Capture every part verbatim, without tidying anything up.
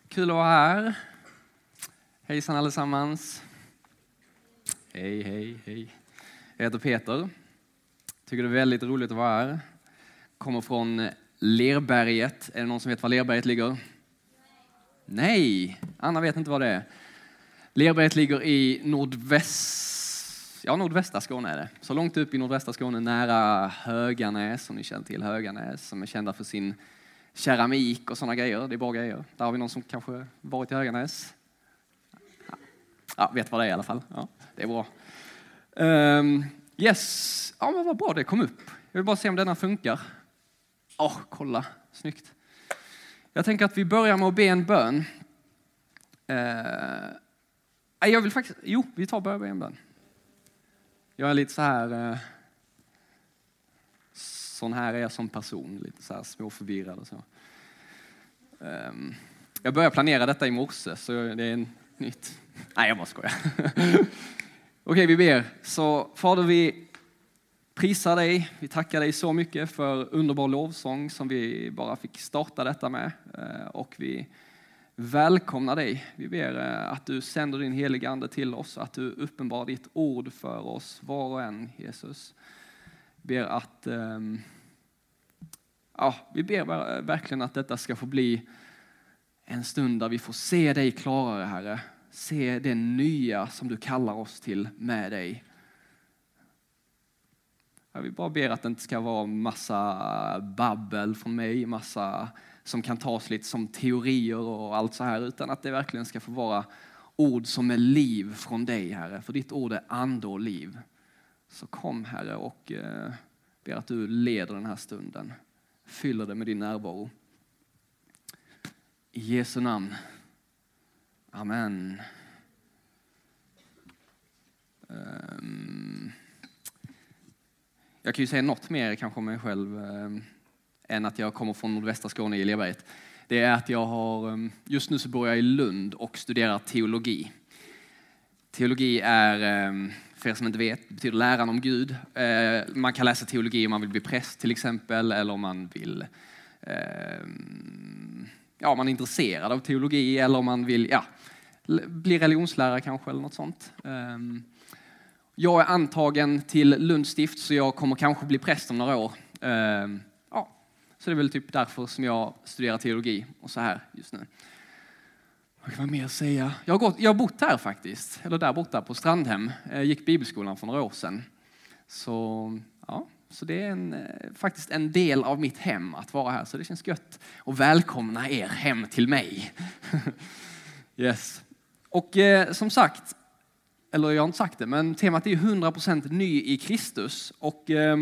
Kul att vara här. Hejsan allesammans. Hej, hej, hej. Jag heter Peter. Tycker det är väldigt roligt att vara här. Kommer från Lerberget. Är det någon som vet var Lerberget ligger? Nej, Anna vet inte vad det är. Lerberget ligger i nordväst, ja, nordvästra Skåne är det. Så långt upp i nordvästra Skåne, nära Höganäs, som ni känner till Höganäs, som är kända för sin keramik och sådana grejer. Det är bra grejer. Där har vi någon som kanske varit i Höganäs. Ja, vet vad det är i alla fall. Ja, det är bra. Um, yes, ja, men vad bra det kom upp. Jag vill bara se om denna funkar. Åh, oh, kolla. Snyggt. Jag tänker att vi börjar med att be en bön. Uh, jag vill faktiskt, jo, vi tar börja med en bön. Jag är lite så här, uh, sån här är jag som person, lite så här småförvirrad och så. Um, jag började planera detta i morse, så det är en nytt. Nej, jag bara skojar. Okej, vi ber. Så Fader, vi prisar dig. Vi tackar dig så mycket för underbar lovsång som vi bara fick starta detta med. Och vi välkomnar dig. Vi ber att du sänder din heliga ande till oss. Att du uppenbarar ditt ord för oss, var och en, Jesus. Vi ber att, ja, vi ber verkligen att detta ska få bli en stund där vi får se dig klarare, Herre. Se det nya som du kallar oss till med dig. Jag vill bara ber att det inte ska vara massa babbel från mig, massa som kan tas lite som teorier och allt så här, utan att det verkligen ska få vara ord som är liv från dig, Herre. För ditt ord är ande och liv. Så kom, Herre, och eh, ber att du leder den här stunden. Fyller det med din närvaro. I Jesu namn. Amen. Um, jag kan ju säga något mer kanske om mig själv um, än att jag kommer från nordvästra Skåne i Lerberget. Det är att jag har, um, just nu så bor jag i Lund och studerar teologi. Teologi är, um, för er som inte vet, betyder läran om Gud. Uh, man kan läsa teologi om man vill bli präst till exempel, eller om man vill... Um, ja, man är intresserad av teologi, eller om man vill ja, bli religionslärare kanske eller något sånt. Um, jag är antagen till Lunds stift, så jag kommer kanske bli präst om några år. Um, ja, så det är väl typ därför som jag studerar teologi och så här just nu. Vad kan man mer säga? Jag har, gått, jag har bott här faktiskt, eller där borta på Strandhem. Jag gick bibelskolan för några år sedan. Så ja. Så det är en, faktiskt en del av mitt hem att vara här. Så det känns gött att välkomna er hem till mig. Yes. Och eh, som sagt, eller jag har inte sagt det, men temat är hundra procent ny i Kristus. Och eh,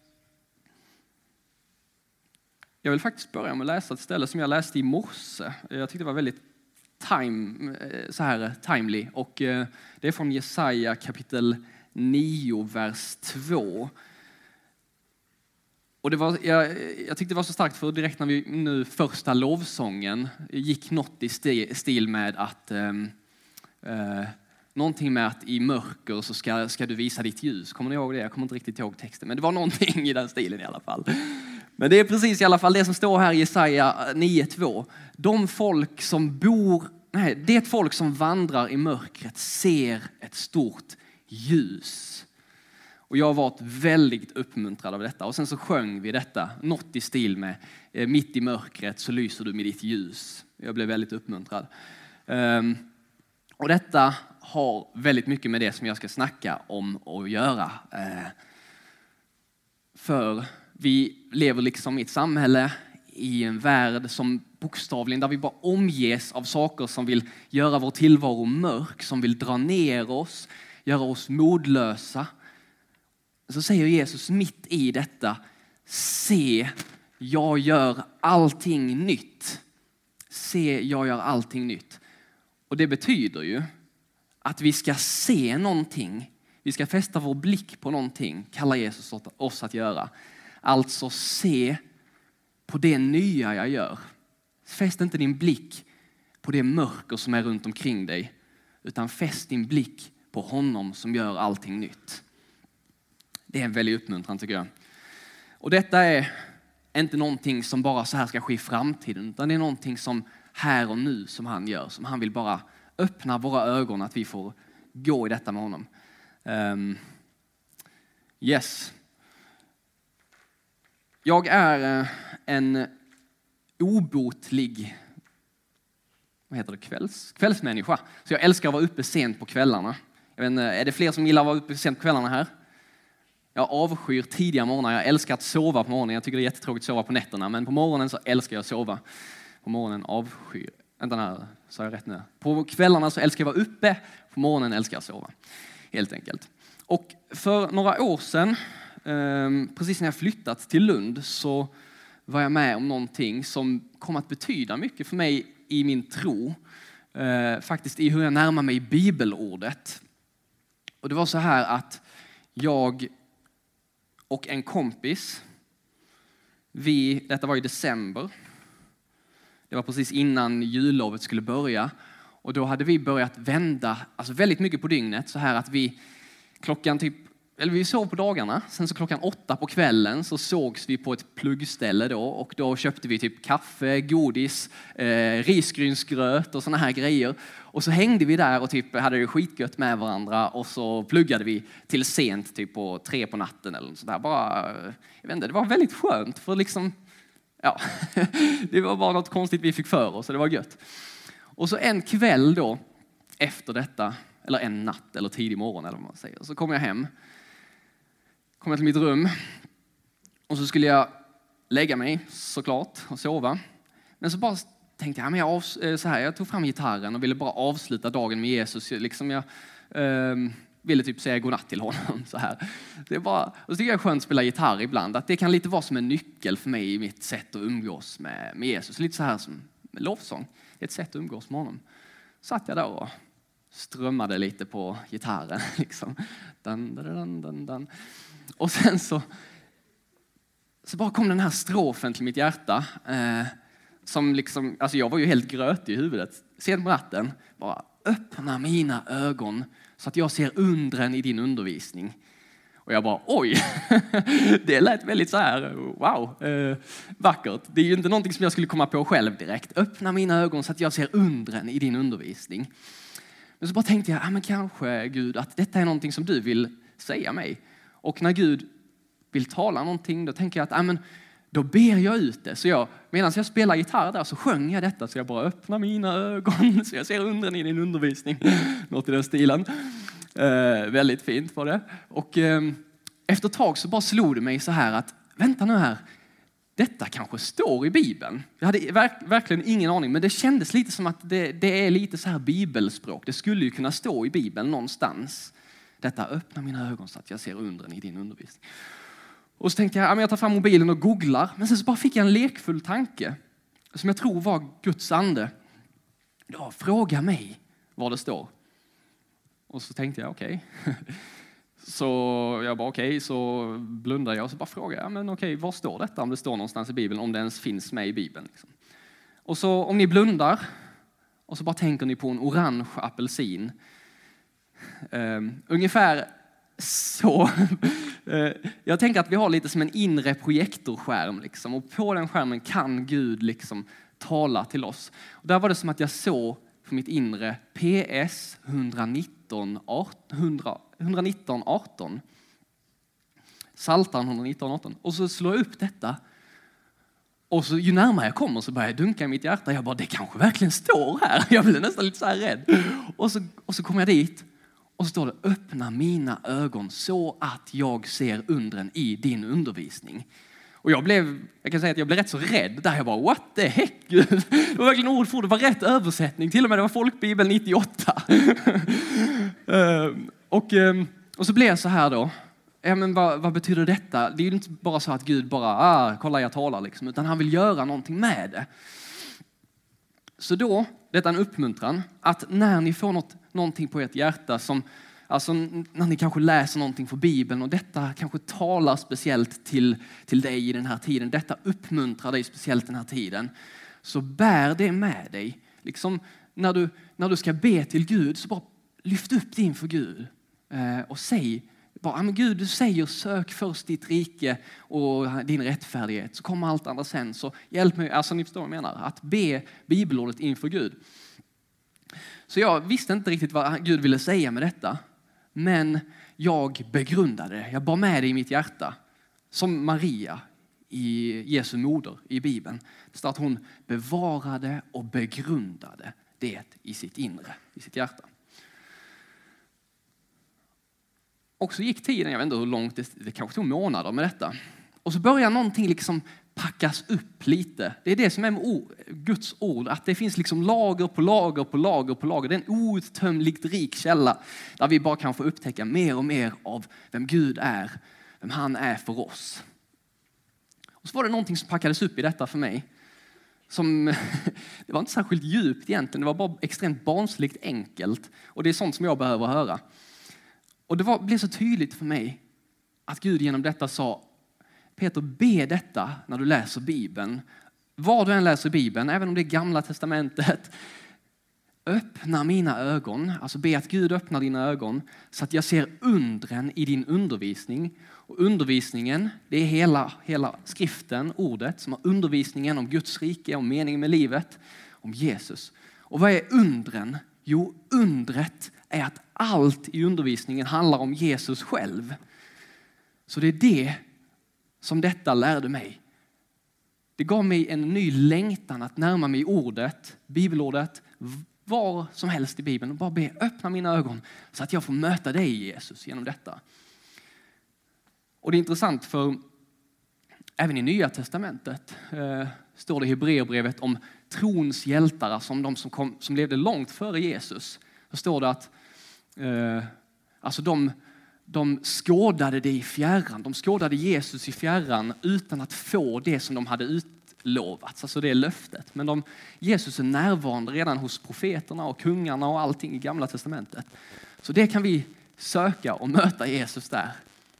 jag vill faktiskt börja med att läsa ett ställe som jag läste i morse. Jag tyckte det var väldigt time, så här, timely. Och eh, det är från Jesaja kapitel nio, vers två. Och det var, jag, jag tyckte det var så starkt, för direkt när vi nu första lovsången gick något i stil med att eh, eh, någonting med att i mörker så ska, ska du visa ditt ljus. Kommer ni ihåg det? Jag kommer inte riktigt ihåg texten, men det var någonting i den stilen i alla fall. Men det är precis i alla fall det som står här i Jesaja nio två. De folk som bor, nej, det folk som vandrar i mörkret ser ett stort ljus. Och jag har varit väldigt uppmuntrad av detta. Och sen så sjöng vi detta. Något i stil med mitt i mörkret så lyser du med ditt ljus. Jag blev väldigt uppmuntrad. Um, och detta har väldigt mycket med det som jag ska snacka om att göra. Uh, för vi lever liksom i ett samhälle, i en värld som bokstavligen, där vi bara omges av saker som vill göra vår tillvaro mörk. Som vill dra ner oss, göra oss modlösa. Så säger Jesus mitt i detta: se, jag gör allting nytt. Se, jag gör allting nytt. Och det betyder ju att vi ska se någonting. Vi ska fästa vår blick på någonting, kallar Jesus oss att göra. Alltså se på det nya jag gör. Fäst inte din blick på det mörker som är runt omkring dig, utan fäst din blick på honom som gör allting nytt. Det är en väldigt uppmuntran, tycker jag. Och detta är inte någonting som bara så här ska ske i framtiden, utan det är någonting som här och nu som han gör. Som han vill bara öppna våra ögon att vi får gå i detta med honom. Um, yes. Jag är en obotlig vad heter det, kvälls, kvällsmänniska. Så jag älskar att vara uppe sent på kvällarna. Jag vet inte, är det fler som gillar att vara uppe sent på kvällarna här? Jag avskyr tidiga morgnar. Jag älskar att sova på morgonen. Jag tycker det är jättetråkigt att sova på nätterna. Men på morgonen så älskar jag att sova. På morgonen avskyr... Vänta här, sa jag rätt nu? På kvällarna så älskar jag att vara uppe. På morgonen älskar jag att sova. Helt enkelt. Och för några år sedan, precis när jag flyttat till Lund, så var jag med om någonting som kom att betyda mycket för mig i min tro. Faktiskt i hur jag närmar mig bibelordet. Och det var så här att jag och en kompis, vi, detta var i december, det var precis innan jullovet skulle börja, och då hade vi börjat vända alltså väldigt mycket på dygnet, så här att vi klockan typ, eller vi sov på dagarna, sen så klockan åtta på kvällen så sågs vi på ett pluggställe då, och då köpte vi typ kaffe, godis, eh, risgrynsgröt och såna här grejer. Och så hängde vi där och typ hade det skitgött med varandra, och så pluggade vi till sent typ på tre på natten eller så där. Bara, jag vet inte, det var väldigt skönt för liksom, ja, det var bara något konstigt vi fick för oss, så det var gött. Och så en kväll då, efter detta, eller en natt eller tidig morgon eller vad man säger, så kom jag hem. Kom jag till mitt rum och så skulle jag lägga mig såklart och sova. Men så bara tänkte jag, men jag, av, så här, jag tog fram gitarren och ville bara avsluta dagen med Jesus. Liksom jag eh, ville typ säga godnatt till honom. Så här. Det är bara, och så tycker jag det är skönt att spela gitarr ibland. Att det kan lite vara som en nyckel för mig i mitt sätt att umgås med, med Jesus. Lite så här som lovsång. Det är ett sätt att umgås med honom. Satt jag där och strömmade lite på gitarren. Liksom. Dan, dan, dan, dan. Och sen så, så bara kom den här strofen till mitt hjärta. Eh, som liksom, alltså jag var ju helt grötig i huvudet. Sen på natten, bara öppna mina ögon så att jag ser undren i din undervisning. Och jag bara, oj, det lät väldigt så här, wow, eh, vackert. Det är ju inte någonting som jag skulle komma på själv direkt. Öppna mina ögon så att jag ser undren i din undervisning. Men så bara tänkte jag, ah, men kanske Gud, att detta är någonting som du vill säga mig. Och när Gud vill tala någonting, då tänker jag att ah, men, då ber jag ut det. Så jag, medan jag spelar gitarr där så sjöng jag detta. Så jag bara öppnar mina ögon så jag ser undren i din undervisning. Något i den stilen. Eh, väldigt fint var det. Och eh, efter ett tag så bara slog det mig så här att vänta nu här. Detta kanske står i Bibeln. Jag hade verk, verkligen ingen aning. Men det kändes lite som att det, det är lite så här bibelspråk. Det skulle ju kunna stå i Bibeln någonstans. Detta öppnar mina ögon så att jag ser undren i din undervisning. Och så tänkte jag, ja, jag tar fram mobilen och googlar. Men sen så bara fick jag en lekfull tanke. Som jag tror var Guds ande. Ja, fråga mig vad det står. Och så tänkte jag, okej. Okay. Så jag bara, okej, okay, så blundar jag och så bara frågar jag, men okej, okay, vad står detta om det står någonstans i Bibeln, om det ens finns med i Bibeln. Liksom. Och så om ni blundar och så bara tänker ni på en orange apelsin. Um, ungefär så. uh, jag tänker att vi har lite som en inre projektorskärm liksom, och på den skärmen kan Gud liksom tala till oss. Och där var det som att jag såg för mitt inre P S etthundranitton arton. Psaltaren etthundranitton arton. Och så slår jag upp detta. Och så ju närmare jag kommer så börjar jag dunka i mitt hjärta. Jag bara, det kanske verkligen står här. Jag blev nästan lite så här rädd. Och så, och så kommer jag dit. Och så står det, öppna mina ögon så att jag ser undren i din undervisning. Och jag blev, jag kan säga att jag blev rätt så rädd där. Jag bara, what the heck? Det var verkligen ord för ord. Det var rätt översättning. Till och med det var Folkbibeln nittioåtta. och, och så blev jag så här då. Ja, men vad, vad betyder detta? Det är ju inte bara så att Gud bara, ah, kolla jag talar liksom. Utan han vill göra någonting med det. Så då, detta är en uppmuntran. Att när ni får något, någonting på ert hjärta som... Alltså när ni kanske läser någonting för Bibeln och detta kanske talar speciellt till, till dig i den här tiden. Detta uppmuntrar dig speciellt den här tiden. Så bär det med dig. Liksom när du, när du ska be till Gud så bara lyft upp din för Gud. Eh, och säg, Bara, men Gud, du säger sök först ditt rike och din rättfärdighet, så kommer allt andra sen. Så hjälp mig, alltså ni förstår vad jag menar, att be bibelordet inför Gud. Så jag visste inte riktigt vad Gud ville säga med detta. Men jag begrundade det. Jag bar med det i mitt hjärta. Som Maria i Jesu moder i Bibeln. Det står att hon bevarade och begrundade det i sitt inre, i sitt hjärta. Och så gick tiden, jag vet inte hur långt, det, det kanske tog månader med detta. Och så börjar någonting liksom packas upp lite. Det är det som är med ord, Guds ord, att det finns liksom lager på lager på lager på lager. Det är en outtömligt rik källa där vi bara kan få upptäcka mer och mer av vem Gud är, vem han är för oss. Och så var det någonting som packades upp i detta för mig. Som, det var inte särskilt djupt egentligen, det var bara extremt barnsligt enkelt. Och det är sånt som jag behöver höra. Och det var, blev så tydligt för mig att Gud genom detta sa, Peter, be detta när du läser Bibeln. Vad du än läser Bibeln, även om det är Gamla testamentet. Öppna mina ögon, alltså be att Gud öppnar dina ögon så att jag ser undren i din undervisning. Och undervisningen, det är hela, hela skriften, ordet, som har undervisningen om Guds rike, om meningen med livet, om Jesus. Och vad är undren? Jo, undret är att allt i undervisningen handlar om Jesus själv. Så det är det som detta lärde mig. Det gav mig en ny längtan att närma mig ordet, bibelordet, var som helst i Bibeln. Och bara be, öppna mina ögon så att jag får möta dig, Jesus, genom detta. Och det är intressant för även i Nya testamentet eh, står det i Hebreerbrevet om trons hjältar, alltså om de som, kom, som levde långt före Jesus. Så står det att eh, alltså de, de skådade det i fjärran. De skådade Jesus i fjärran utan att få det som de hade utlovats. Alltså det är löftet. Men de, Jesus är närvarande redan hos profeterna och kungarna och allting i Gamla testamentet. Så det kan vi söka och möta Jesus där.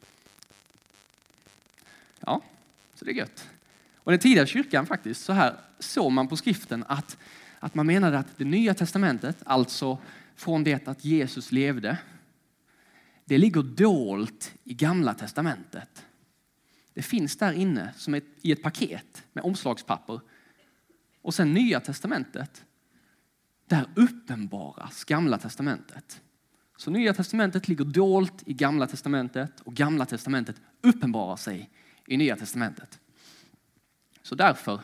Ja, så det är gött. Och den tidiga kyrkan faktiskt, så här såg man på skriften att, att man menade att det Nya testamentet, alltså från det att Jesus levde, det ligger dolt i Gamla testamentet. Det finns där inne som ett, i ett paket med omslagspapper. Och sen Nya testamentet, där uppenbaras Gamla testamentet. Så Nya testamentet ligger dolt i Gamla testamentet och Gamla testamentet uppenbarar sig i Nya testamentet. Så därför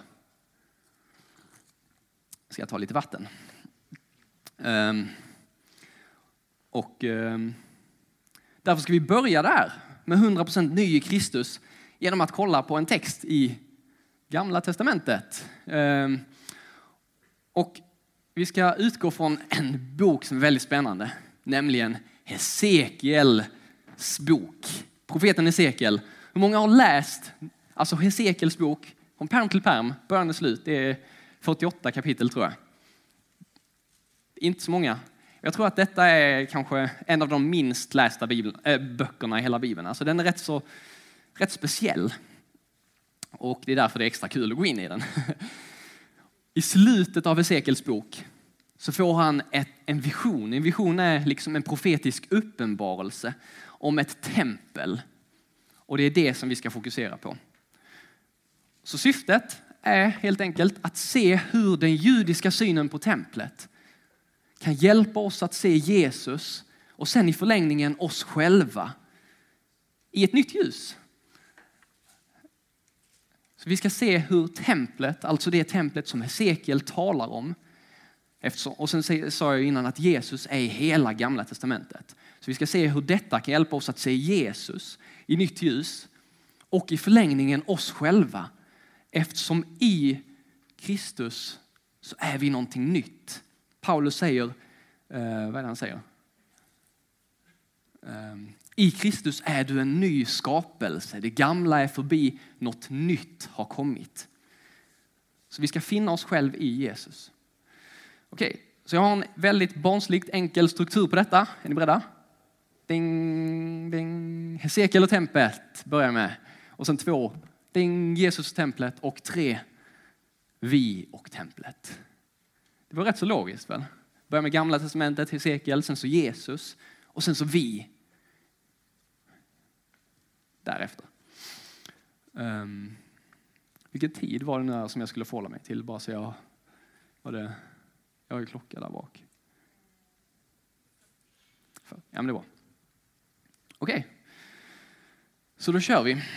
ska jag ta lite vatten. Um, och um, därför ska vi börja där med hundra procent ny i Kristus genom att kolla på en text i Gamla testamentet. Um, och vi ska utgå från en bok som är väldigt spännande, nämligen Hesekiels bok. Profeten Hesekiel. Hur många har läst alltså Hesekiels bok från pärm till pärm, början och slut? Det är fyrtioåtta kapitel tror jag. Inte så många. Jag tror att detta är kanske en av de minst lästa bibeln, äh, böckerna i hela Bibeln. Alltså den är rätt så rätt speciell. Och det är därför det är extra kul att gå in i den. I slutet av Hesekiels bok så får han ett, en vision. En vision är liksom en profetisk uppenbarelse om ett tempel. Och det är det som vi ska fokusera på. Så syftet är helt enkelt att se hur den judiska synen på templet kan hjälpa oss att se Jesus och sen i förlängningen oss själva i ett nytt ljus. Så vi ska se hur templet, alltså det templet som Hesekiel talar om, eftersom, och sen sa jag innan att Jesus är i hela Gamla testamentet. Så vi ska se hur detta kan hjälpa oss att se Jesus i nytt ljus och i förlängningen oss själva. Eftersom i Kristus så är vi någonting nytt. Paulus säger, eh, vad är det han säger? Eh, I Kristus är du en ny skapelse. Det gamla är förbi, något nytt har kommit. Så vi ska finna oss själv i Jesus. Okej, okay, så jag har en väldigt barnsligt enkel struktur på detta. Är ni beredda? Ding, ding. Hesekiel och templet börjar med. Och sen två. Ding, Jesus och templet. Och tre. Vi och templet. Det var rätt så logiskt väl? Börjar med Gamla testamentet, Hesekiel, sen så Jesus. Och sen så vi. därefter. Um, vilken tid var det nu som jag skulle förhålla mig till? Bara så jag, var det, jag har ju klocka där bak. Ja, men det var. Okej. Okay. Så då kör vi.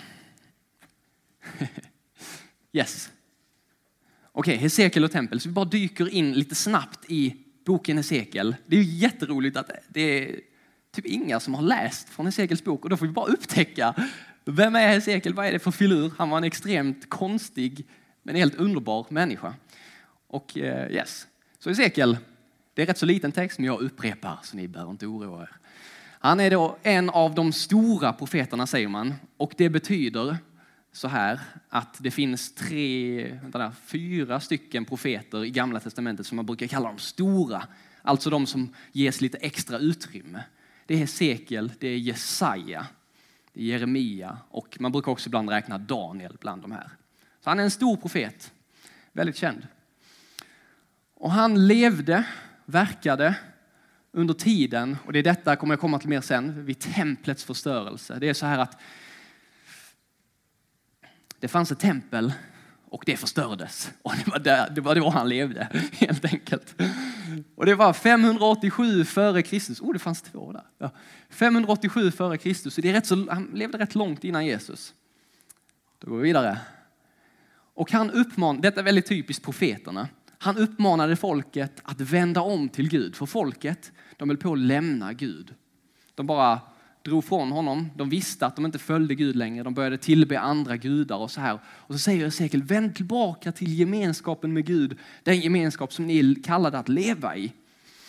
Yes. Okej, okay, Hesekiel och tempel. Så vi bara dyker in lite snabbt i boken Hesekiel. Det är ju jätteroligt att det är typ inga som har läst från Hesekiels bok. Och då får vi bara upptäcka, vem är Hesekiel? Vad är det för filur? Han var en extremt konstig men helt underbar människa. Och uh, yes. Så Hesekiel, det är rätt så liten text, men jag upprepar så ni behöver inte oroa er. Han är då en av de stora profeterna, säger man. Och det betyder så här att det finns tre, vänta där, fyra stycken profeter i Gamla testamentet som man brukar kalla de stora. Alltså de som ges lite extra utrymme. Det är Hesekiel, det är Jesaja, det är Jeremia och man brukar också ibland räkna Daniel bland de här. Så han är en stor profet, väldigt känd. Och han levde, verkade under tiden, och det är detta kommer jag komma till mer sen, vid templets förstörelse. Det är så här att det fanns ett tempel och det förstördes. Och det var, där, det var då han levde, helt enkelt. Och det var femhundraåttiosju före Kristus. Oh, det fanns två där. Ja. femhundraåttiosju före Kristus. Så det är rätt så, han levde rätt långt innan Jesus. Då går vi vidare. Och han uppmanade, detta är väldigt typiskt profeterna. Han uppmanade folket att vända om till Gud. För folket, de höll på att lämna Gud. De bara drog från honom. De visste att de inte följde Gud längre. De började tillbe andra gudar och så här. Och så säger Hesekiel, vänd tillbaka till gemenskapen med Gud. Den gemenskap som ni kallade att leva i.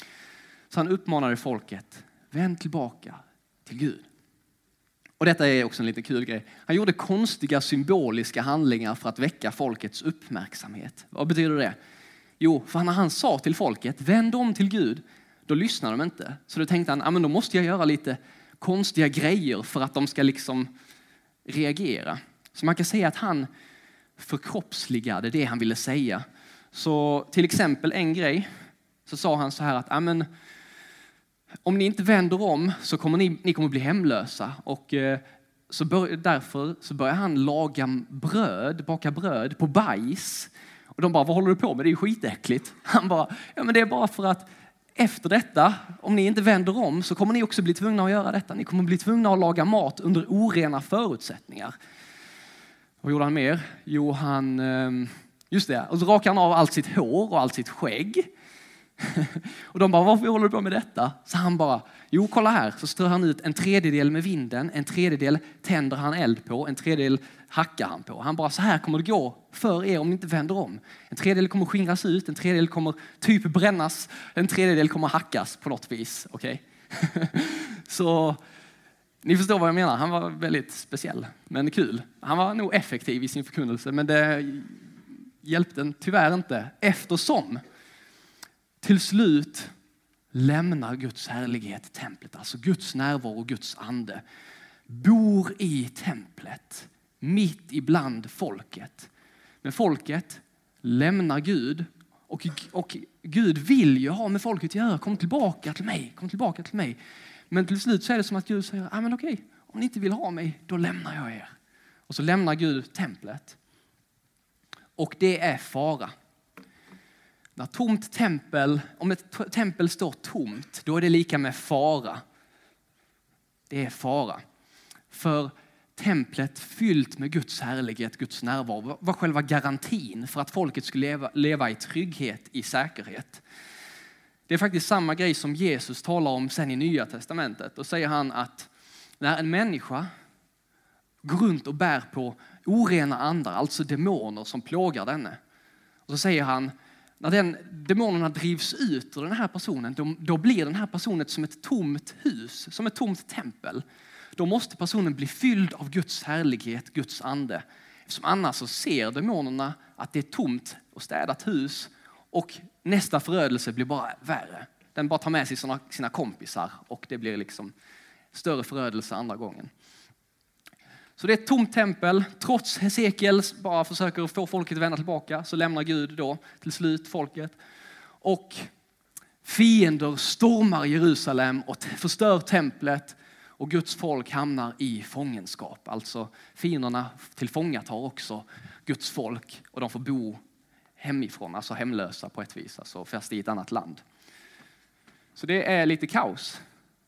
Så han uppmanade folket, vänd tillbaka till Gud. Och detta är också en lite kul grej. Han gjorde konstiga symboliska handlingar för att väcka folkets uppmärksamhet. Vad betyder det? Jo, för när han sa till folket, vänd om till Gud, då lyssnade de inte. Så då tänkte han, ja men då måste jag göra lite konstiga grejer för att de ska liksom reagera. Så man kan säga att han förkroppsligade det han ville säga. Så till exempel en grej, så sa han så här att, ja men om ni inte vänder om så kommer ni, ni kommer bli hemlösa. Och eh, så bör, därför så börjar han laga bröd, baka bröd på bajs. Och de bara, vad håller du på med? Det är ju skitäckligt. Han bara, ja men det är bara för att efter detta, om ni inte vänder om så kommer ni också bli tvungna att göra detta. Ni kommer bli tvungna att laga mat under orena förutsättningar. Vad gjorde han mer? Jo, han, just det, och så rakade han av allt sitt hår och allt sitt skägg. Och de bara, varför håller du på med detta? Så han bara, jo kolla här. Så strör han ut en tredjedel med vinden, en tredjedel tänder han eld på, en tredjedel hackar han på. Han bara, så här kommer det gå för er om ni inte vänder om. En tredjedel kommer skingras ut, en tredjedel kommer typ brännas, en tredjedel kommer hackas på något vis. Okej? Okay? Så ni förstår vad jag menar. Han var väldigt speciell, men kul. Han var nog effektiv i sin förkunnelse, men det hjälpte den tyvärr inte. Eftersom till slut lämnar Guds härlighet templet. Alltså Guds närvaro och Guds ande bor i templet. Mitt ibland folket. Men folket lämnar Gud. Och, och Gud vill ju ha med folket att göra. Kom tillbaka till mig. Kom tillbaka till mig. Men till slut så är det som att Gud säger, ah, men okej, om ni inte vill ha mig, då lämnar jag er. Och så lämnar Gud templet. Och det är fara. När tomt tempel, om ett tempel står tomt, då är det lika med fara. Det är fara. För templet fyllt med Guds härlighet, Guds närvaro var själva garantin för att folket skulle leva, leva i trygghet, i säkerhet. Det är faktiskt samma grej som Jesus talar om sen i Nya testamentet. Då säger han att när en människa går runt och bär på orena andar, alltså demoner som plågar denne. Och så säger han, när den demonerna drivs ut ur den här personen, då, då blir den här personen som ett tomt hus, som ett tomt tempel. Då måste personen bli fylld av Guds härlighet, Guds ande. Eftersom annars så ser demonerna att det är tomt och städat hus och nästa förödelse blir bara värre. Den bara tar med sig sina, sina kompisar och det blir liksom större förödelse andra gången. Så det är ett tomt tempel. Trots Hesekiel bara försöker få folket att vända tillbaka så lämnar Gud då till slut folket. Och fiender stormar Jerusalem och förstör templet. och Guds folk hamnar i fångenskap. Alltså fienderna tillfångatar också Guds folk och de får bo hemifrån, alltså hemlösa på ett vis, alltså fast i ett annat land. Så det är lite kaos.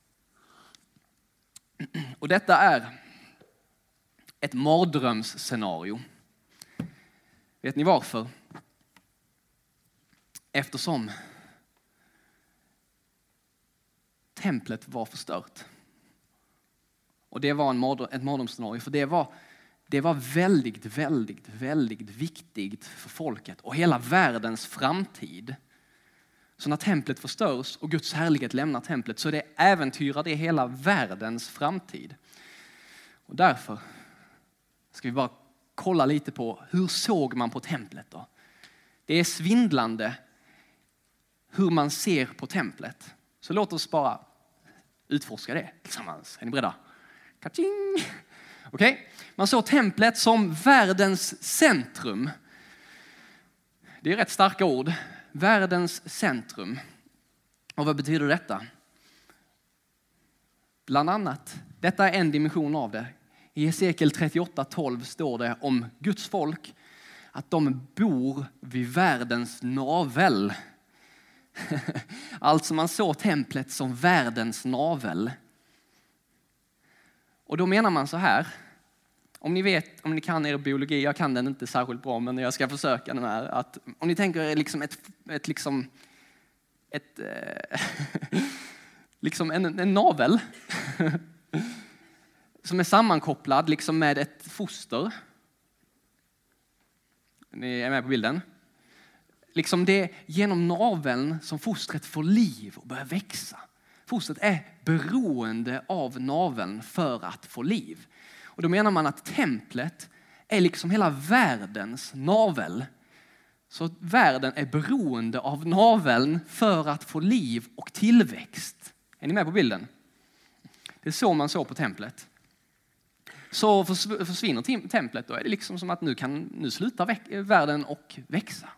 Och detta är ett mardrömsscenario. Vet ni varför? Eftersom templet var förstört. Och det var en mardröm, ett mardrömsscenario, för det var, det var väldigt, väldigt, väldigt viktigt för folket och hela världens framtid. Så när templet förstörs och Guds härlighet lämnar templet så det äventyrar det hela världens framtid. Och därför ska vi bara kolla lite på hur såg man på templet då? Det är svindlande hur man ser på templet. Så låt oss bara utforska det tillsammans. Är ni beredda? Kaching! Okej, okay. Man såg templet som världens centrum. Det är rätt starka ord. Världens centrum. Och vad betyder detta? Bland annat, detta är en dimension av det. I Hesekiel trettioåtta tolv står det om Guds folk att de bor vid världens navel. Alltså man såg templet som världens navel. Och då menar man så här. Om ni vet, om ni kan er biologi, jag kan den inte särskilt bra men jag ska försöka den här. Att, om ni tänker er liksom ett, ett, liksom, ett eh, liksom en, en navel som är sammankopplad liksom med ett foster. Ni är med på bilden. Liksom det är genom naveln som fostret får liv och börjar växa. Fostret är beroende av naveln för att få liv. Och då menar man att templet är liksom hela världens navel. Så världen är beroende av naveln för att få liv och tillväxt. Är ni med på bilden? Det är så man såg på templet. Så försvinner templet då är det liksom som att nu kan nu sluta världen och växa.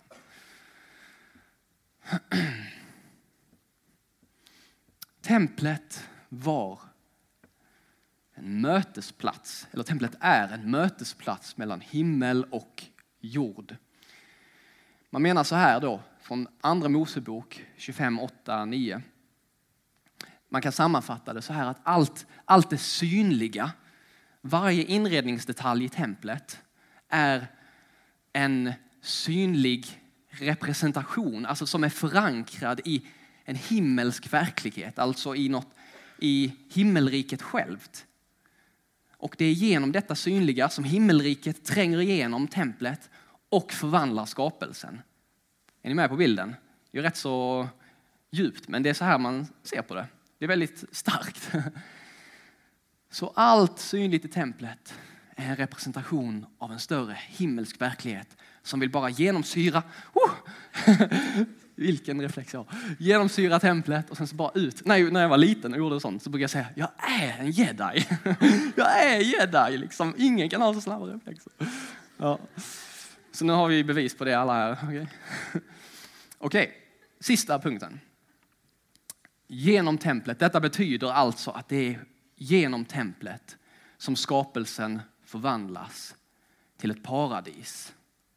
Templet var en mötesplats, eller templet är en mötesplats mellan himmel och jord. Man menar så här då, från andra Mosebok tjugofem åtta nio. Man kan sammanfatta det så här att allt, allt det synliga, varje inredningsdetalj i templet är en synlig representation, alltså som är förankrad i en himmelsk verklighet, alltså i något i himmelriket självt. Och det är genom detta synliga som himmelriket tränger igenom templet och förvandlar skapelsen. Är ni med på bilden? Det är rätt så djupt, men det är så här man ser på det. Det är väldigt starkt. Så allt synligt i templet är en representation av en större himmelsk verklighet som vill bara genomsyra. Oh! Vilken reflex jag har. Genomsyra templet och sen så bara ut. Nej, när jag var liten och gjorde sånt så brukade jag säga jag är en jedi. Jag är jedi liksom. Ingen kan ha så snabba reflexer. Ja. Så nu har vi bevis på det alla här. Okej, okay. okay. Sista punkten. Genom templet. Detta betyder alltså att det är genom templet som skapelsen förvandlas till ett paradis.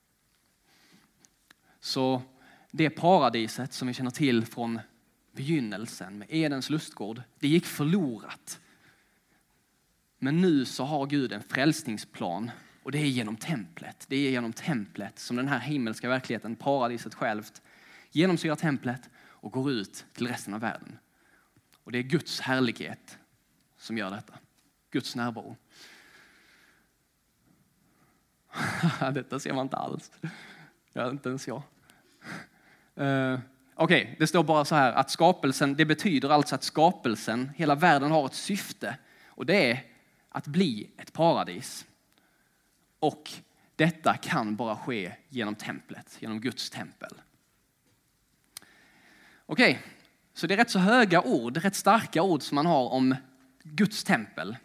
Så det paradiset som vi känner till från begynnelsen med Edens lustgård, det gick förlorat. Men nu så har Gud en frälsningsplan och det är genom templet. Det är genom templet som den här himmelska verkligheten, paradiset självt, genomsyrar templet och går ut till resten av världen. Och det är Guds härlighet som gör detta. Guds närvaro. Detta ser man inte alls. Ja, inte ens jag. Uh, Okej, okay. Det står bara så här att skapelsen, det betyder alltså att skapelsen, hela världen har ett syfte. Och det är att bli ett paradis. Och detta kan bara ske genom templet, genom Guds tempel. Okej, okay. Så det är rätt så höga ord, rätt starka ord som man har om Guds tempel.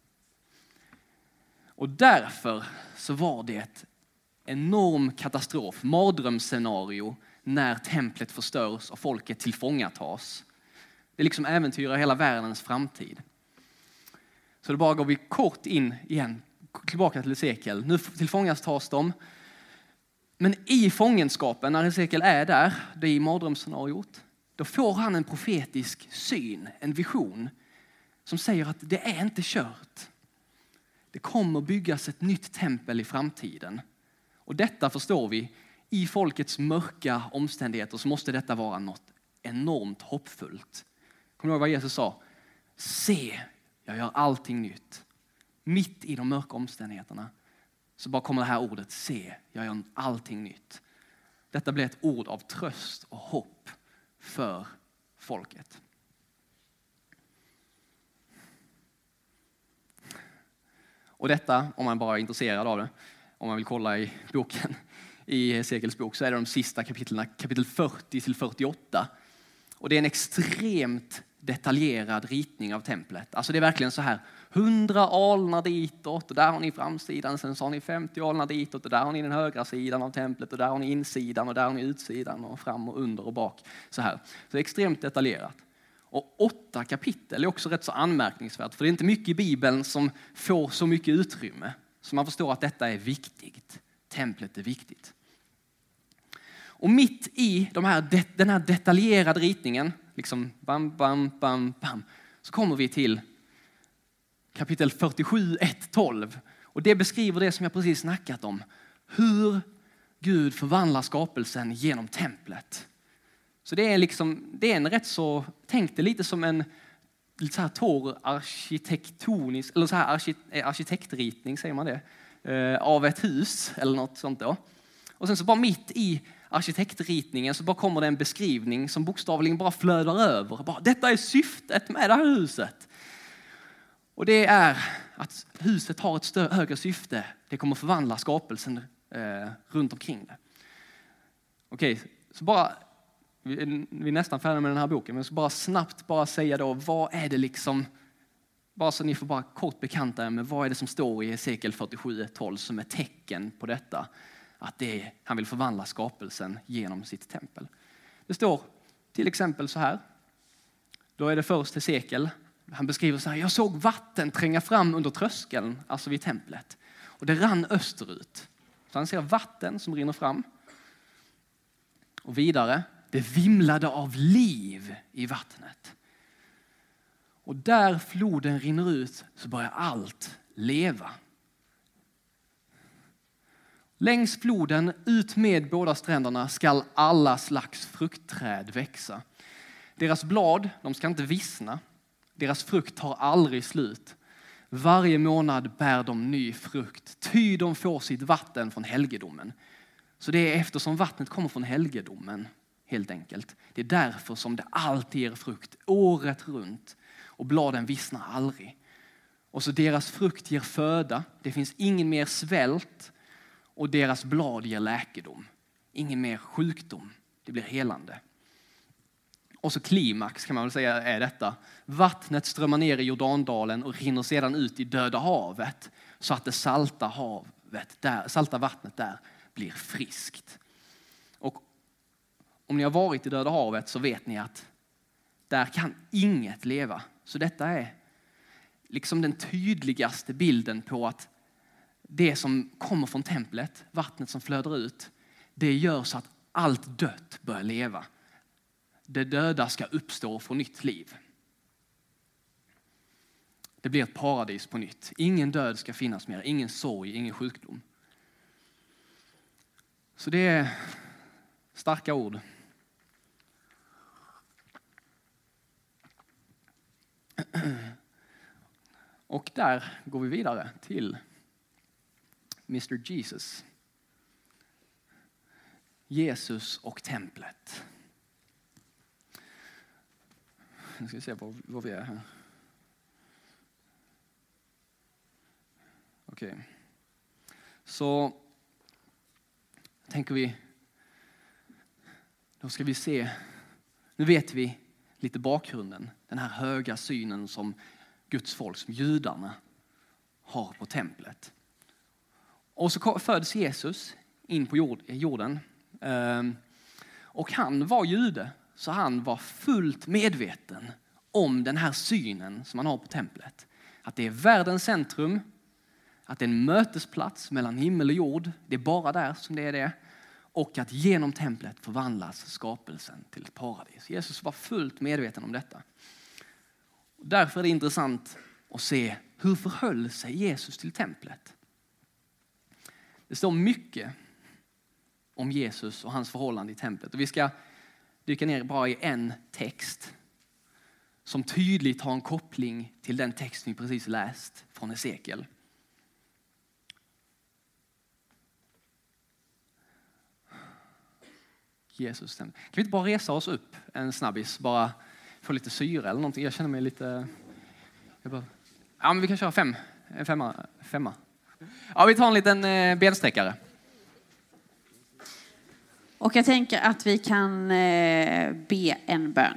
Och därför så var det ett enorm katastrof, mardrömsscenario när templet förstörs och folket tillfångatas. Det liksom äventyrar hela världens framtid. Så då bara går vi kort in igen, tillbaka till Hesekiel. Nu tillfångastas de. Men i fångenskapen, när Hesekiel är där, det är i mardrömsscenariot, då får han en profetisk syn, en vision som säger att det är inte kört. Det kommer byggas ett nytt tempel i framtiden. Och detta förstår vi, i folkets mörka omständigheter så måste detta vara något enormt hoppfullt. Kommer du ihåg vad Jesus sa? Se, jag gör allting nytt. Mitt i de mörka omständigheterna så bara kommer det här ordet, se, jag gör allting nytt. Detta blir ett ord av tröst och hopp för folket. Och detta, om man bara är intresserad av det, om man vill kolla i boken, i Hesekiels bok, så är det de sista kapitlen, kapitel fyrtio till fyrtioåtta. Och det är en extremt detaljerad ritning av templet. Alltså det är verkligen så här, hundra alnar ditåt och där har ni framsidan, sen så har ni femtio alnar ditåt och där har ni den högra sidan av templet och där har ni insidan och där har ni utsidan och fram och under och bak. Så här. Så det är extremt detaljerat. Och åtta kapitel är också rätt så anmärkningsvärt, för det är inte mycket i Bibeln som får så mycket utrymme. Så man förstår att detta är viktigt. Templet är viktigt. Och mitt i de här, den här detaljerade ritningen, liksom bam, bam, bam, bam, så kommer vi till kapitel fyrtiosju, ett till tolv. Och det beskriver det som jag precis snackat om. Hur Gud förvandlar skapelsen genom templet. Så det är liksom, det är en rätt så, tänk det lite som en lite så här torr arkitektonisk, eller så här arkitektritning, säger man det, eh, av ett hus eller något sånt då. Och sen så bara mitt i arkitektritningen så bara kommer det en beskrivning som bokstavligen bara flödar över. Bara, detta är syftet med det här huset. Och det är att huset har ett större, högre syfte. Det kommer förvandla skapelsen eh, runt omkring det. Okej, så bara, vi, vi är nästan färdiga med den här boken, men så bara snabbt bara säga då, vad är det liksom, bara så ni får bara kort bekanta er med vad är det som står i Hesekiel fyrtiosju, ett till tolv som är tecken på detta. Att det är, han vill förvandla skapelsen genom sitt tempel. Det står till exempel så här. Då är det först Hesekiel. Han beskriver så här. Jag såg vatten tränga fram under tröskeln, alltså vid templet. Och det rann österut. Så han ser vatten som rinner fram. Och vidare. Det vimlade av liv i vattnet. Och där floden rinner ut så börjar allt leva. Längs floden ut med båda stränderna skall alla slags fruktträd växa. Deras blad, de ska inte vissna. Deras frukt tar aldrig slut. Varje månad bär de ny frukt. Ty de får sitt vatten från helgedomen. Så det är eftersom vattnet kommer från helgedomen, helt enkelt. Det är därför som det alltid ger frukt, året runt. Och bladen vissnar aldrig. Och så deras frukt ger föda. Det finns ingen mer svält. Och deras blad ger läkedom. Ingen mer sjukdom. Det blir helande. Och så klimax kan man väl säga är detta. Vattnet strömmar ner i Jordandalen och rinner sedan ut i Döda havet. Så att det salta, havet där, salta vattnet där blir friskt. Och om ni har varit i Döda havet så vet ni att där kan inget leva. Så detta är liksom den tydligaste bilden på att det som kommer från templet, vattnet som flödar ut, det gör så att allt dött börjar leva. Det döda ska uppstå och få nytt liv. Det blir ett paradis på nytt. Ingen död ska finnas mer, ingen sorg, ingen sjukdom. Så det är starka ord. Och där går vi vidare till mister Jesus. Jesus och templet. Nu ska vi se var, var vi är här. Okej. Okay. Så tänker vi, då ska vi se, nu vet vi lite bakgrunden. Den här höga synen som Guds folk, som judarna har på templet. Och så föds Jesus in på jord, jorden. Och han var jude, så han var fullt medveten om den här synen som man har på templet. Att det är världens centrum, att det är en mötesplats mellan himmel och jord. Det är bara där som det är det. Och att genom templet förvandlas skapelsen till ett paradis. Jesus var fullt medveten om detta. Därför är det intressant att se hur förhöll sig Jesus till templet. Det står mycket om Jesus och hans förhållande i templet. Och vi ska dyka ner bara i en text som tydligt har en koppling till den text vi precis läst från Hesekiel. Jesus. Kan vi inte bara resa oss upp en snabbis, bara få lite syre eller någonting? Jag känner mig lite... Jag bara... Ja, men vi kan köra fem. En femma. femma. Ja, vi tar en liten eh, bensträckare. Och jag tänker att vi kan eh, be en bön.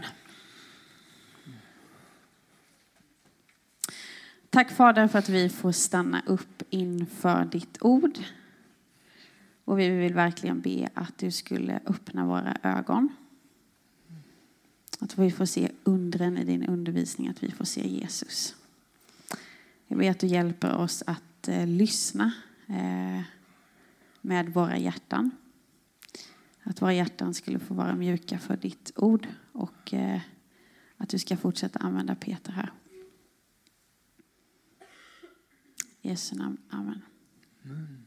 Tack Fader för att vi får stanna upp inför ditt ord. Och vi vill verkligen be att du skulle öppna våra ögon. Att vi får se undren i din undervisning, att vi får se Jesus. Jag ber att du hjälper oss att eh, lyssna eh, med våra hjärtan. Att våra hjärtan skulle få vara mjuka för ditt ord. Och eh, att du ska fortsätta använda Peter här. I Jesu namn. Amen. Mm.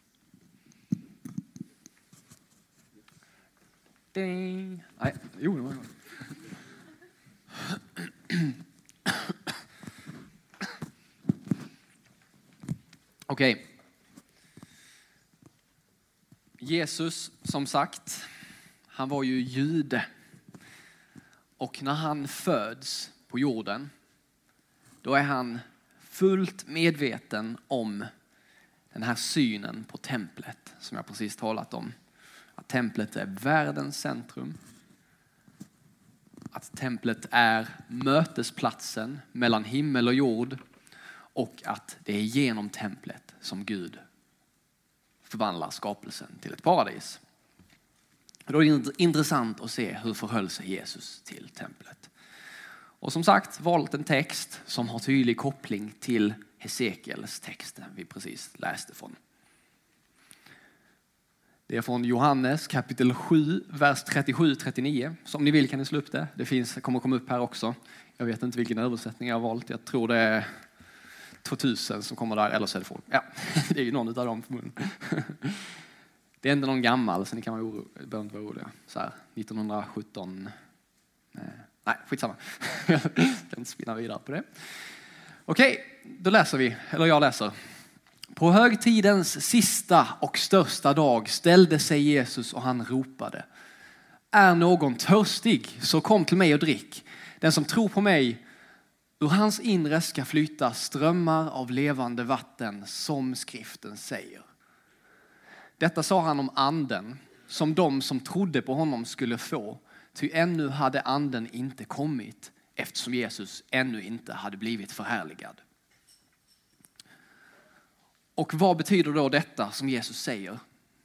Ding. Nej, jo, det var det. Okej. Jesus, som sagt, han var ju jude. Och när han föds på jorden, då är han fullt medveten om den här synen på templet som jag precis talat om. Att templet är världens centrum. Att templet är mötesplatsen mellan himmel och jord. Och att det är genom templet som Gud förvandlar skapelsen till ett paradis. Då är det intressant att se hur förhöll sig Jesus till templet. Och som sagt, valt en text som har tydlig koppling till Hesekiels text vi precis läste från. Det är från Johannes kapitel sju, vers trettiosju till trettionio. Som ni vill kan ni slå upp det. Det finns, kommer komma upp här också. Jag vet inte vilken översättning jag har valt. Jag tror det är tvåtusen som kommer där. Eller så är det folk. Ja, det är ju någon av dem förmodligen. Det är inte någon gammal så ni kan vara oro, behöver inte vara oroliga. Så här, nittonhundrasjutton. Nej, skitsamma. Jag kan inte spinna vidare på det. Okej, då läser vi. Eller jag läser. På högtidens sista och största dag ställde sig Jesus och han ropade. Är någon törstig så kom till mig och drick. Den som tror på mig, ur hans inre ska flyta strömmar av levande vatten som skriften säger. Detta sa han om anden som de som trodde på honom skulle få. Ty ännu hade anden inte kommit eftersom Jesus ännu inte hade blivit förhärligad. Och vad betyder då detta som Jesus säger?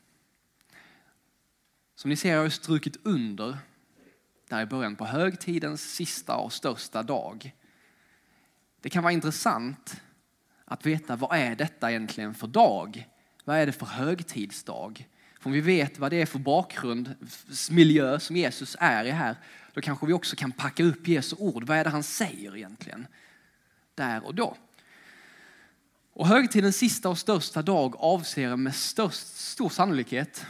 Som ni ser har jag strukit under där i början på högtidens sista och största dag. Det kan vara intressant att veta vad är detta egentligen för dag? Vad är det för högtidsdag? För om vi vet vad det är för bakgrund, miljö som Jesus är i här, då kanske vi också kan packa upp Jesu ord. Vad är det han säger egentligen? Där och då. Och högtidens sista och största dag avser med störst, stor sannolikhet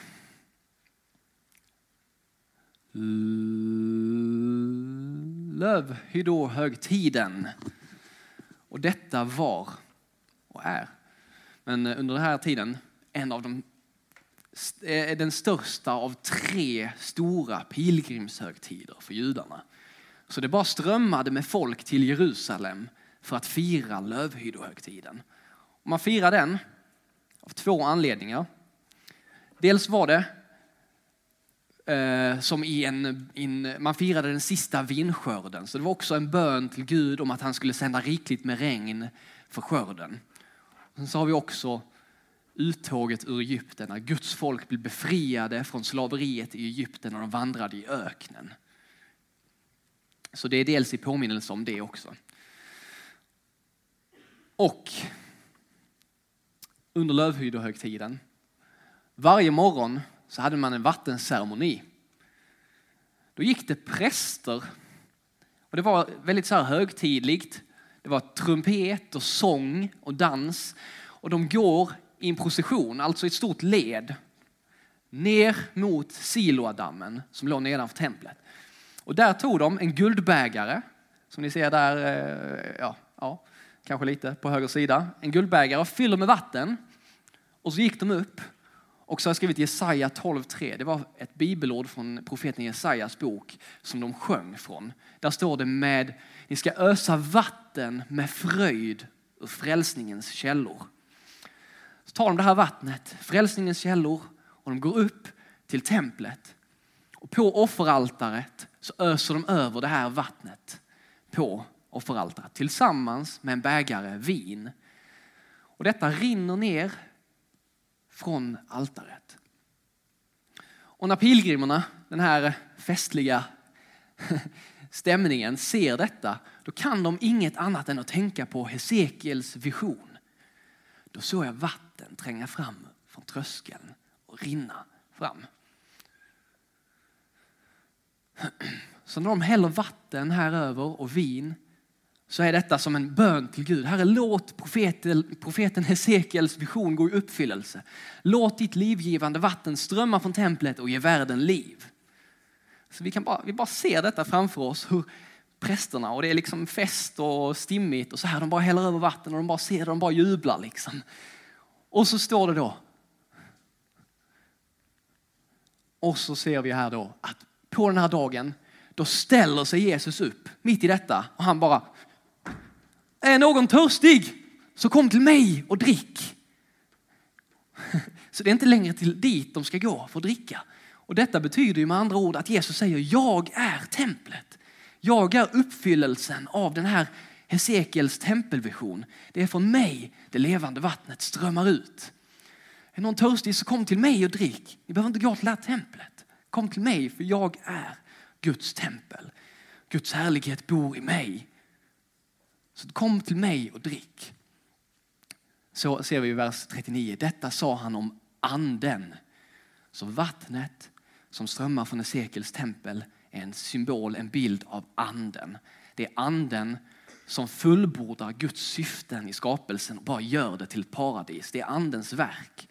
lövhyddohögtiden. Och detta var och är, men under den här tiden, en av de, den största av tre stora pilgrimshögtider för judarna. Så det bara strömmade med folk till Jerusalem för att fira lövhyddohögtiden. Och man firar den av två anledningar. Dels var det eh, som i en, in, man firade den sista vinskörden. Så det var också en bön till Gud om att han skulle sända rikligt med regn för skörden. Och sen så har vi också uttåget ur Egypten, när Guds folk blev befriade från slaveriet i Egypten och de vandrade i öknen. Så det är dels i påminnelse om det också. Och under lövhyddohögtiden, varje morgon så hade man en vattenceremoni. Då gick det präster, och det var väldigt så här högtidligt. Det var trumpet och sång och dans. Och de går i en procession, alltså i ett stort led, ner mot Siloadammen som låg nedanför templet. Och där tog de en guldbägare, som ni ser där, ja, ja, kanske lite på höger sida. En guldbägare och fyller med vatten. Och så gick de upp. Och så har jag skrivit Jesaja tolv tre. Det var ett bibelord från profeten Jesajas bok som de sjöng från. Där står det med, ni ska ösa vatten med fröjd ur frälsningens källor. Så tar de det här vattnet, frälsningens källor, och de går upp till templet. Och på offeraltaret så öser de över det här vattnet på offeraltaret tillsammans med en bägare vin. Och detta rinner ner från altaret. Och när pilgrimerna, den här festliga stämningen, ser detta, då kan de inget annat än att tänka på Hesekiels vision. Då såg jag vatten tränga fram från tröskeln och rinna fram. Så när de häller vatten här över och vin, så är detta som en bön till Gud. Herre, låt profeten, profeten Hesekiels vision gå i uppfyllelse. Låt ditt livgivande vatten strömma från templet och ge världen liv. Så vi kan bara, vi bara ser detta framför oss, hur prästerna, och det är liksom fest och stimmigt och så här, de bara häller över vatten och de bara ser det, de bara jublar liksom. Och så står det då, och så ser vi här då att på den här dagen, då ställer sig Jesus upp mitt i detta och han bara, är någon törstig så kom till mig och drick. Så det är inte längre till dit de ska gå för att dricka. Och detta betyder ju med andra ord att Jesus säger, jag är templet. Jag är uppfyllelsen av den här Hesekiels tempelvision. Det är från mig det levande vattnet strömmar ut. Är någon törstig så kom till mig och drick. Ni behöver inte gå till det här templet. Kom till mig för jag är Guds tempel. Guds härlighet bor i mig. Så kom till mig och drick. Så ser vi i vers trettionio. Detta sa han om anden. Så vattnet som strömmar från Hesekiels tempel är en symbol, en bild av anden. Det är anden som fullbordar Guds syften i skapelsen och bara gör det till ett paradis. Det är andens verk.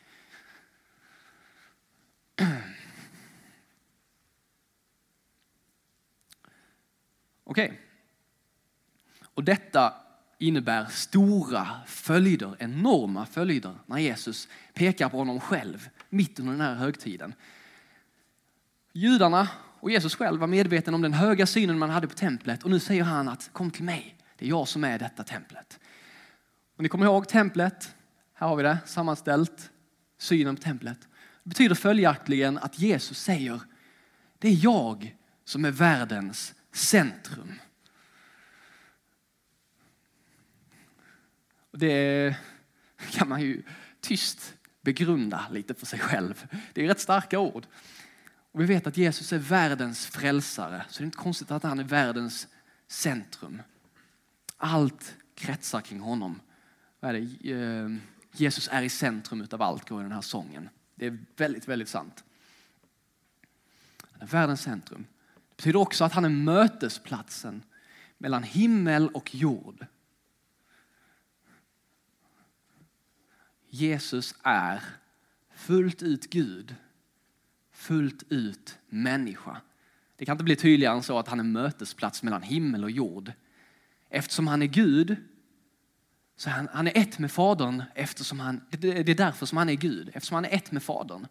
Okej. Okay. Och detta innebär stora följder, enorma följder när Jesus pekar på honom själv mitt under den här högtiden. Judarna och Jesus själv var medveten om den höga synen man hade på templet och nu säger han att kom till mig, det är jag som är detta templet. Och ni kommer ihåg templet, här har vi det sammanställt, synen på templet. Det betyder följaktligen att Jesus säger, det är jag som är världens centrum. Och det kan man ju tyst begrunda lite för sig själv. Det är rätt starka ord. Och vi vet att Jesus är världens frälsare. Så det är inte konstigt att han är världens centrum. Allt kretsar kring honom. Vad är det? Jesus är i centrum av allt, går i den här sången. Det är väldigt, väldigt sant. Han är världens centrum. Det betyder också att han är mötesplatsen mellan himmel och jord. Jesus är fullt ut Gud, fullt ut människa. Det kan inte bli tydligare än så att han är mötesplats mellan himmel och jord. Eftersom han är Gud, så han, han är ett med Fadern, eftersom han, det, det är därför som han är Gud, eftersom han är ett med Fadern.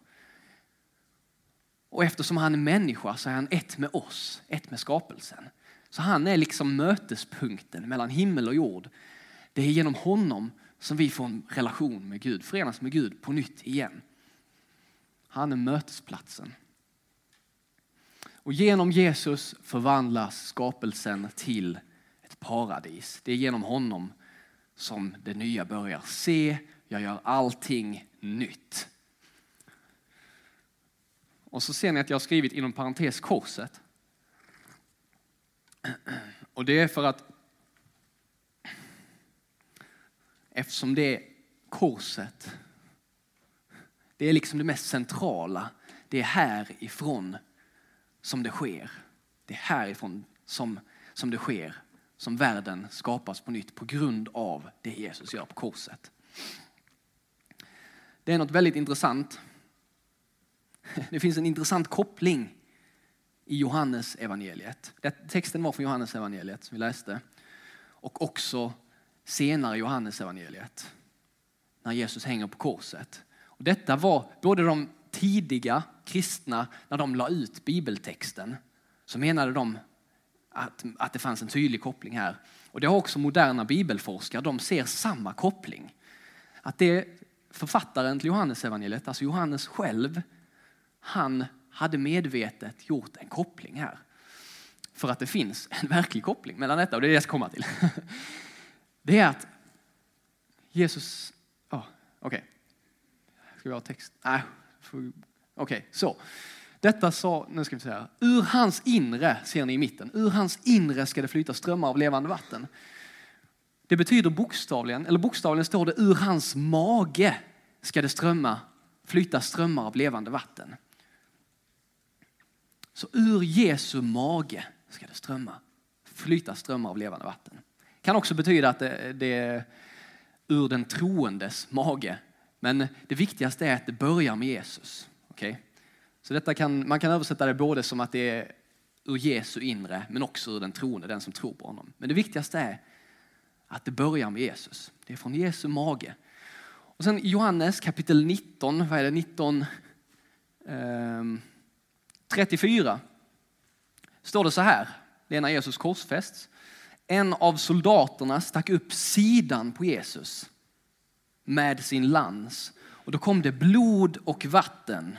Och eftersom han är människa så är han ett med oss, ett med skapelsen. Så han är liksom mötespunkten mellan himmel och jord. Det är genom honom som vi får en relation med Gud, förenas med Gud på nytt igen. Han är mötesplatsen. Och genom Jesus förvandlas skapelsen till ett paradis. Det är genom honom som det nya börjar. Se, jag gör allting nytt. Och så ser ni att jag har skrivit inom parentes korset. Och det är för att eftersom det är korset. Det är liksom det mest centrala. Det är härifrån som det sker. Det är härifrån som, som det sker. Som världen skapas på nytt på grund av det Jesus gör på korset. Det är något väldigt intressant. Det finns en intressant koppling i Johannes evangeliet. Texten var från Johannes evangeliet som vi läste. Och också senare Johannes evangeliet. När Jesus hänger på korset. Och detta var både de tidiga kristna, när de la ut bibeltexten, så menade de att, att det fanns en tydlig koppling här. Och det har också moderna bibelforskare, de ser samma koppling. Att det författaren till Johannes evangeliet, alltså Johannes själv, han hade medvetet gjort en koppling här. För att det finns en verklig koppling mellan detta, och det är det jag ska komma till. Det är att Jesus... Oh, okej. Okay. Ska vi ha text? Nej. Okej, okay, så. Detta sa, nu ska vi säga, ur hans inre, ser ni i mitten, ur hans inre ska det flyta strömmar av levande vatten. Det betyder bokstavligen, eller bokstavligen står det, ur hans mage ska det strömma, flyta strömmar av levande vatten. Så ur Jesu mage ska det strömma, flyta strömmar av levande vatten. Kan också betyda att det, det är ur den troendes mage. Men det viktigaste är att det börjar med Jesus. Okay? Så detta kan, man kan översätta det både som att det är ur Jesu inre, men också ur den troende, den som tror på honom. Men det viktigaste är att det börjar med Jesus. Det är från Jesu mage. Och sen Johannes kapitel nitton, vad är det, nitton eh, trettiofyra. Står det så här, det är när Jesus korsfästs. En av soldaterna stack upp sidan på Jesus med sin lans. Och då kom det blod och vatten.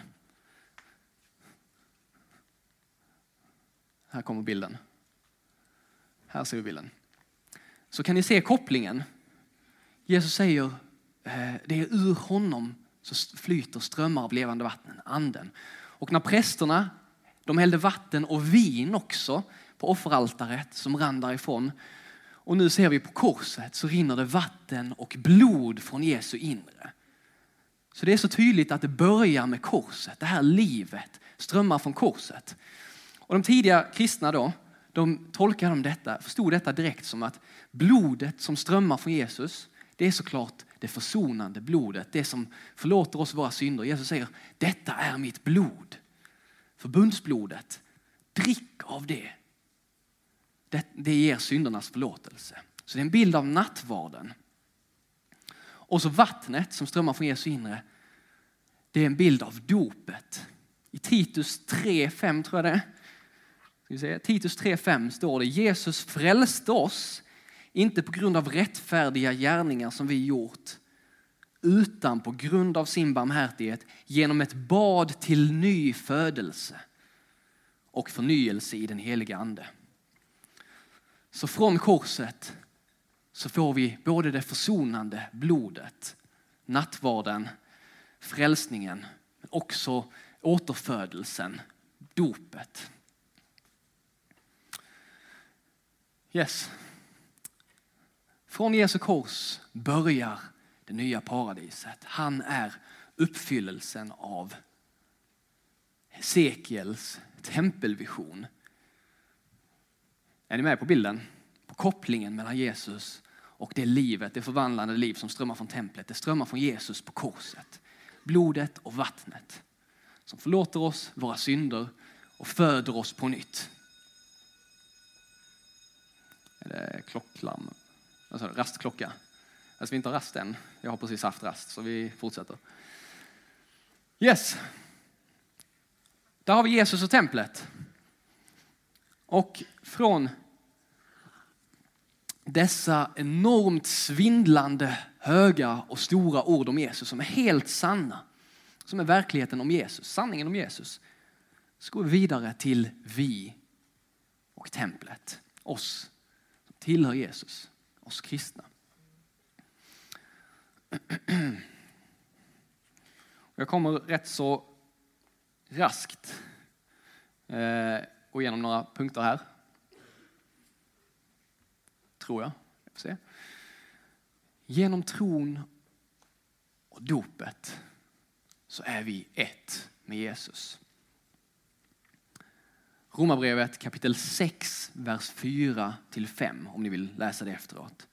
Här kommer bilden. Här ser vi bilden. Så kan ni se kopplingen. Jesus säger, det är ur honom så flyter strömmar av levande vatten, anden. Och när prästerna, de hällde vatten och vin också på offeraltaret som rann därifrån. Och nu ser vi på korset så rinner det vatten och blod från Jesu inre. Så det är så tydligt att det börjar med korset. Det här livet strömmar från korset. Och de tidiga kristna då, de tolkade om detta, förstod detta direkt som att blodet som strömmar från Jesus, det är såklart det försonande blodet. Det som förlåter oss våra synder. Jesus säger, detta är mitt blod. Förbundsblodet. Drick av det. Det, det ger syndernas förlåtelse. Så det är en bild av nattvarden. Och så vattnet som strömmar från Jesu inre. Det är en bild av dopet. I Titus tre fem tror jag det är. Ska vi säga? Titus tre fem står det. Jesus frälste oss. Inte på grund av rättfärdiga gärningar som vi gjort. Utan på grund av sin barmhärtighet. Genom ett bad till ny födelse. Och förnyelse i den heliga ande. Så från korset så får vi både det försonande blodet, nattvarden, frälsningen, men också återfödelsen, dopet. Yes. Från Jesu kors börjar det nya paradiset. Han är uppfyllelsen av Hesekiels tempelvision. Är ni med på bilden? På kopplingen mellan Jesus och det livet, det förvandlande liv som strömmar från templet. Det strömmar från Jesus på korset. Blodet och vattnet som förlåter oss våra synder och föder oss på nytt. Är det klocklarm? Alltså rastklocka. Alltså vi inte har rast än. Jag har precis haft rast så vi fortsätter. Yes. Där har vi Jesus och templet. Och från dessa enormt svindlande, höga och stora ord om Jesus som är helt sanna, som är verkligheten om Jesus, sanningen om Jesus, så går vi vidare till vi och templet, oss som tillhör Jesus, oss kristna. Jag kommer rätt så raskt eh, gå igenom några punkter här. Tror jag. Jag får se. Genom tron och dopet så är vi ett med Jesus. Romarbrevet kapitel sex, vers fyra till fem, om ni vill läsa det efteråt.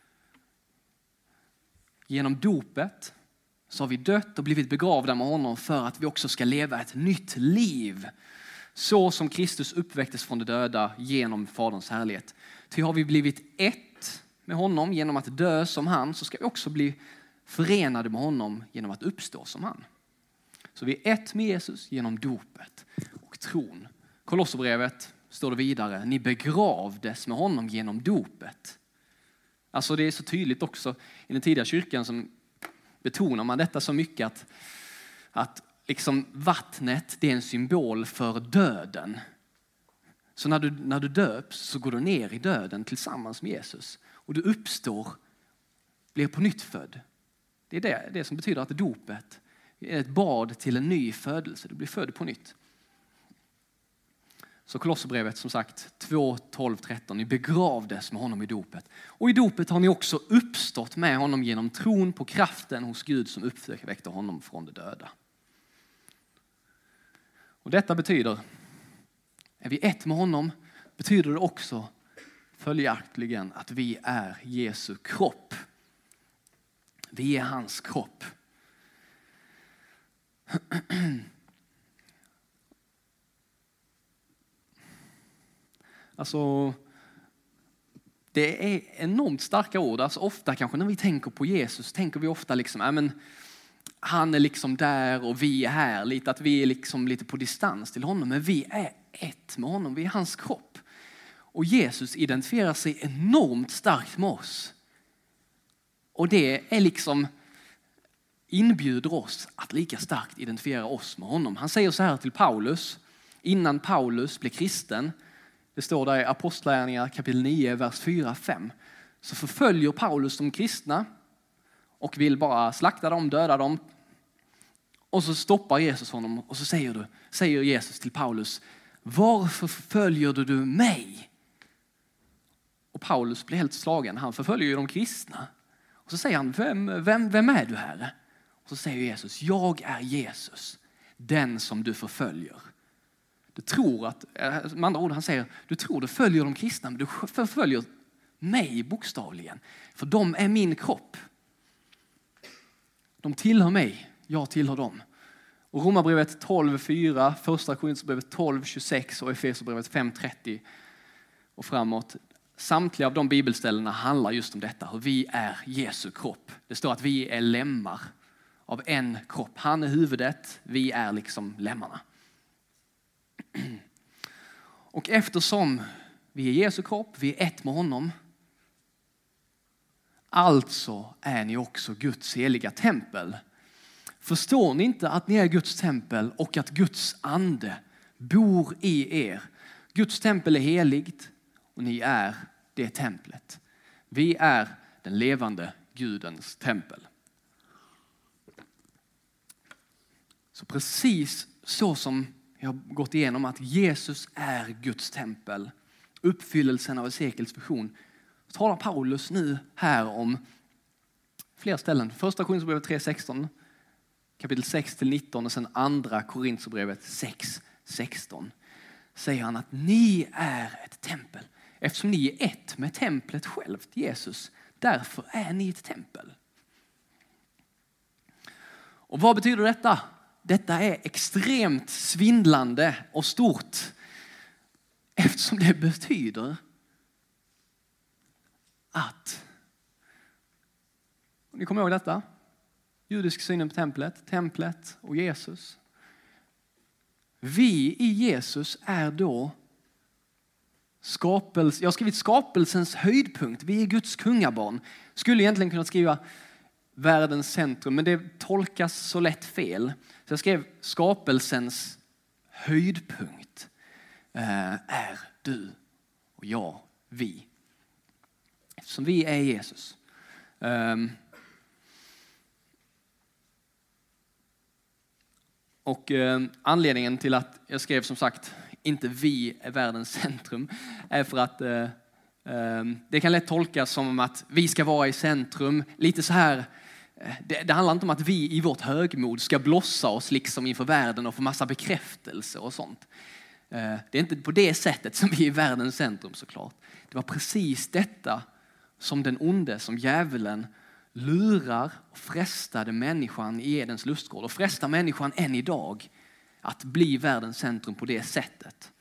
Genom dopet så har vi dött och blivit begravda med honom för att vi också ska leva ett nytt liv. Så som Kristus uppväcktes från de döda genom Faderns härlighet. Ty har vi blivit ett med honom genom att dö som han, så ska vi också bli förenade med honom genom att uppstå som han. Så vi är ett med Jesus genom dopet och tron. Kolosserbrevet står det vidare, ni begravdes med honom genom dopet. Alltså det är så tydligt också i den tidiga kyrkan som betonar man detta så mycket att, att liksom vattnet, det är en symbol för döden. Så när du, när du döps så går du ner i döden tillsammans med Jesus. Och du uppstår, blir på nytt född. Det är det, det som betyder att dopet är ett bad till en ny födelse. Du blir född på nytt. Så Kolosserbrevet som sagt två, tolv, tretton. Ni begravdes med honom i dopet. Och i dopet har ni också uppstått med honom genom tron på kraften hos Gud som uppväckte honom från de döda. Och detta betyder, är vi ett med honom, betyder det också följaktligen att vi är Jesu kropp. Vi är hans kropp. Alltså, det är enormt starka ord. Alltså ofta kanske när vi tänker på Jesus tänker vi ofta liksom, ja, men han är liksom där och vi är här. Lite att vi är liksom lite på distans till honom. Men vi är ett med honom. Vi är hans kropp. Och Jesus identifierar sig enormt starkt med oss. Och det är liksom inbjuder oss att lika starkt identifiera oss med honom. Han säger så här till Paulus. Innan Paulus blev kristen. Det står där i Apostlagärningarna kapitel nio, vers fyra fem. Så förföljer Paulus de kristna. Och vill bara slakta dem, döda dem. Och så stoppar Jesus honom. Och så säger, du, säger Jesus till Paulus. Varför förföljer du mig? Och Paulus blir helt slagen. Han förföljer ju de kristna. Och så säger han, vem, vem, vem är du Herre? Och så säger Jesus, jag är Jesus. Den som du förföljer. Du tror att, med andra ord han säger, du tror du följer de kristna. Men du förföljer mig bokstavligen. För de är min kropp. De tillhör mig, jag tillhör dem. Och Romarbrevet tolv fyra, första Korinthierbrevet tolv tjugosex och Efesierbrevet fem trettio och framåt. Samtliga av de bibelställena handlar just om detta, hur vi är Jesu kropp. Det står att vi är lemmar av en kropp. Han är huvudet, vi är liksom lemmarna. Och eftersom vi är Jesu kropp, vi är ett med honom. Alltså är ni också Guds heliga tempel. Förstår ni inte att ni är Guds tempel och att Guds ande bor i er? Guds tempel är heligt och ni är det templet. Vi är den levande Gudens tempel. Så precis så som jag har gått igenom att Jesus är Guds tempel, uppfyllelsen av Esekiels vision, så talar Paulus nu här om flera ställen. Första Korinthierbrevet tre sexton, kapitel sex till nitton och sen andra Korinthierbrevet sex sexton. Säger han att ni är ett tempel. Eftersom ni är ett med templet självt, Jesus, därför är ni ett tempel. Och vad betyder detta? Detta är extremt svindlande och stort. Eftersom det betyder att, ni kommer ihåg detta? Judisk synen på templet, templet och Jesus. Vi i Jesus är då skapelse, jag har skrivit skapelsens höjdpunkt. Vi är Guds kungabarn. Skulle egentligen kunna skriva världens centrum, men det tolkas så lätt fel. Så jag skrev skapelsens höjdpunkt är du och jag, vi. Eftersom vi är Jesus. Um, och um, anledningen till att jag skrev som sagt inte vi är världens centrum är för att uh, Det kan lätt tolkas som att vi ska vara i centrum. Lite så här, det, det handlar inte om att vi i vårt högmod ska blossa oss liksom inför världen och få massa bekräftelse och sånt. Det är inte på det sättet som vi är i världens centrum såklart. Det var precis detta som den onde, som djävulen lurar och frestade människan i Edens lustgård. Och frestar människan än idag att bli världens centrum på det sättet.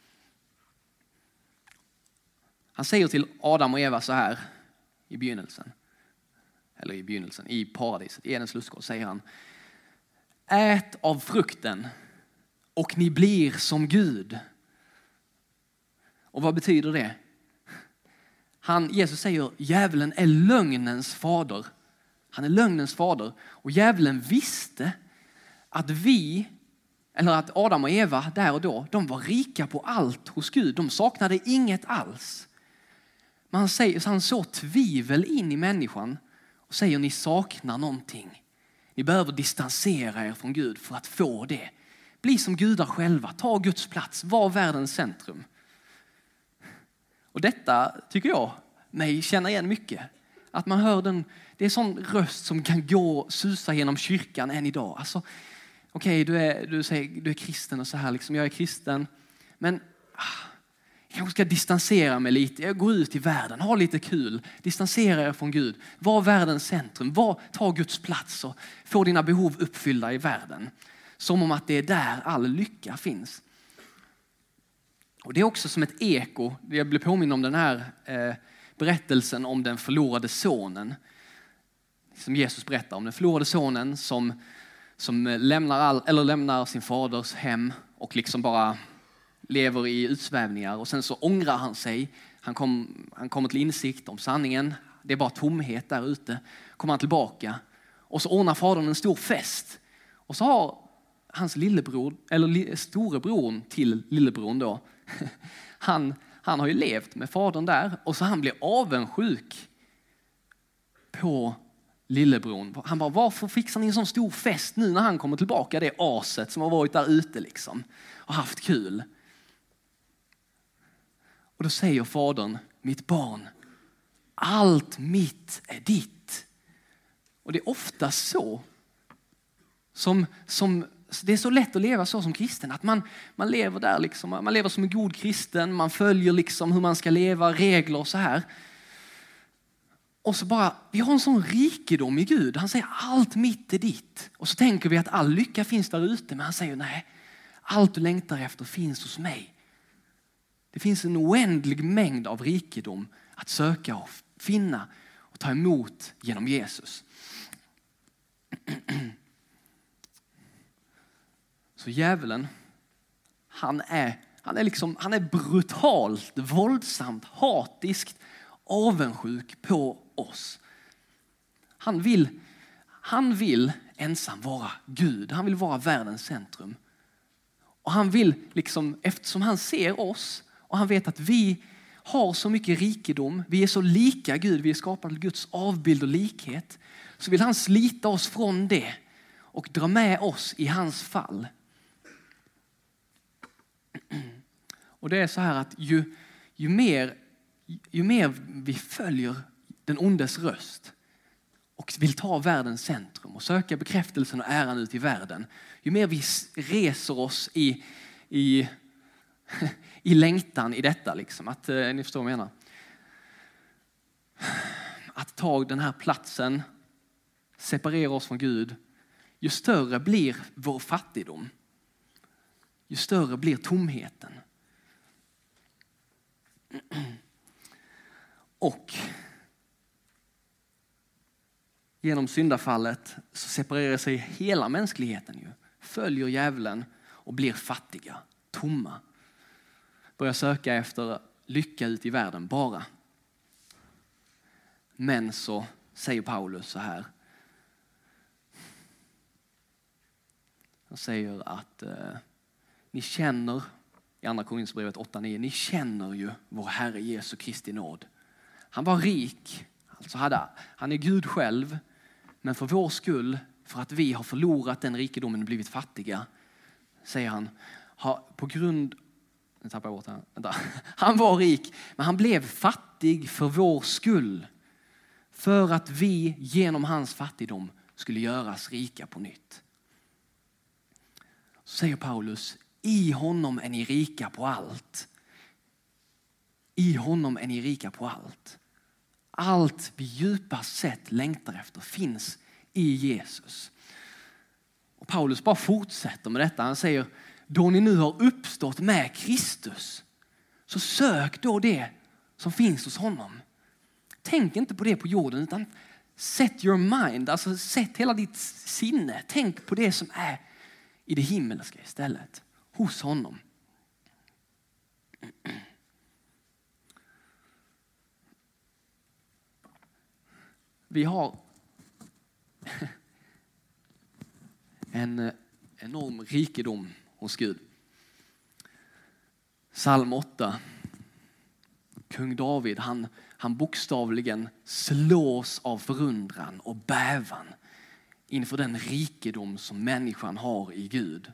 Han säger till Adam och Eva så här i begynnelsen. Eller i begynnelsen, i paradiset, i Edens lustgård säger han: ät av frukten och ni blir som Gud. Och vad betyder det? Han, Jesus säger, djävulen är lögnens fader. Han är lögnens fader. Och djävulen visste att vi, eller att Adam och Eva där och då, de var rika på allt hos Gud. De saknade inget alls. Men han, säger, han så tvivel in i människan och säger: ni saknar någonting. Ni behöver distansera er från Gud för att få det. Bli som gudar själva. Ta Guds plats. Var världens centrum. Och detta tycker jag mig känna igen mycket. Att man hör den, det är en sån röst som kan gå susa genom kyrkan än idag. Alltså, okej, okay, du, är, du, säger, du är kristen och så här, liksom, jag är kristen. Men ah, jag kanske ska distansera mig lite. Jag går ut i världen, ha lite kul. Distansera er från Gud. Var världens centrum. Var, ta Guds plats och få dina behov uppfyllda i världen. Som om att det är där all lycka finns. Och det är också som ett eko. Jag blev påminn om den här eh, berättelsen om den förlorade sonen. Som Jesus berättar om den förlorade sonen som, som lämnar, all, eller lämnar sin faders hem och liksom bara lever i utsvävningar. Och sen så ångrar han sig. Han, kom, han kommer till insikt om sanningen. Det är bara tomhet där ute. Kommer han tillbaka. Och så ordnar fadern en stor fest. Och så har hans lillebror, eller storebror till lillebror då, han, han har ju levt med fadern där. Och så han blir avundsjuk på lillebror. Han bara, varför fixar ni en sån stor fest nu när han kommer tillbaka? Det aset som har varit där ute liksom. Och haft kul. Och då säger fadern: mitt barn, allt mitt är ditt. Och det är ofta så som, som det är så lätt att leva så som kristen, att man, man lever där liksom, man lever som en god kristen, man följer liksom hur man ska leva, regler och så här. Och så bara, vi har en sån rikedom i Gud. Han säger allt mitt är ditt. Och så tänker vi att all lycka finns där ute, men han säger nej, allt du längtar efter finns hos mig. Det finns en oändlig mängd av rikedom att söka och finna och ta emot genom Jesus. Så djävulen, han är, han är, liksom, han är brutalt, våldsamt, hatiskt avundsjuk på oss. Han vill, han vill ensam vara Gud. Han vill vara världens centrum. Och han vill, liksom, eftersom han ser oss och han vet att vi har så mycket rikedom, vi är så lika Gud, vi är skapade till Guds avbild och likhet, så vill han slita oss från det och dra med oss i hans fall. Och det är så här att ju, ju, mer, ju mer vi följer den ondes röst och vill ta världens centrum och söka bekräftelsen och äran ut i världen, ju mer vi reser oss i, i, i längtan i detta. Liksom. Att, eh, ni förstår vad jag menar. Att ta den här platsen, separera oss från Gud, ju större blir vår fattigdom. Ju större blir tomheten. Och genom syndafallet så separerar sig hela mänskligheten ju. Följer djävulen och blir fattiga, tomma. Börjar söka efter lycka ut i världen bara. Men så säger Paulus så här. Han säger att eh, ni känner, i andra Korinthierbrevet åtta nio, ni känner ju vår Herre Jesu Kristi nåd. Han var rik, alltså hade, han är Gud själv, men för vår skull, för att vi har förlorat den rikedomen och blivit fattiga, säger han, har på grund, nu tappar jag bort här, vänta. Han var rik, men han blev fattig fattig för vår skull, för att vi genom hans fattigdom skulle göras rika på nytt. Så säger Paulus, i honom är ni rika på allt. I honom är ni rika på allt. Allt vi djupast sett längtar efter finns i Jesus. Och Paulus bara fortsätter med detta. Han säger, då ni nu har uppstått med Kristus, så sök då det som finns hos honom. Tänk inte på det på jorden, utan set your mind, alltså sätt hela ditt sinne. Tänk på det som är i det himmelska istället, hos honom. Vi har en enorm rikedom hos Gud. Psalm åtta. Kung David, han, han bokstavligen slås av förundran och bävan inför den rikedom som människan har i Gud.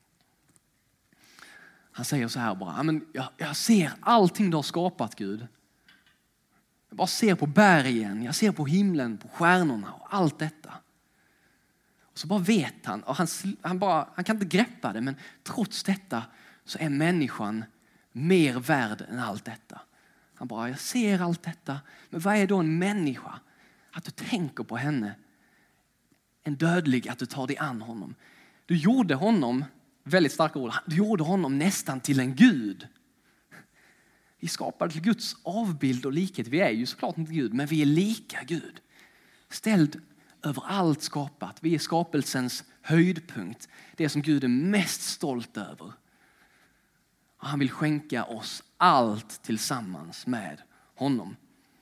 Han säger så här bara, men jag, jag ser allting du har skapat, Gud. Jag bara ser på bergen, jag ser på himlen, på stjärnorna och allt detta. Och så bara vet han, och han, han, bara, han kan inte greppa det, men trots detta så är människan mer värd än allt detta. Han bara, jag ser allt detta, men vad är då en människa? Att du tänker på henne. En dödlig, att du tar dig an honom. Du gjorde honom, väldigt starka ord, du gjorde honom nästan till en gud. Vi skapade till Guds avbild och likhet. Vi är ju såklart inte Gud, men vi är lika Gud. Ställd över allt skapat. Vi är skapelsens höjdpunkt. Det som Gud är mest stolt över. Och han vill skänka oss allt tillsammans med honom.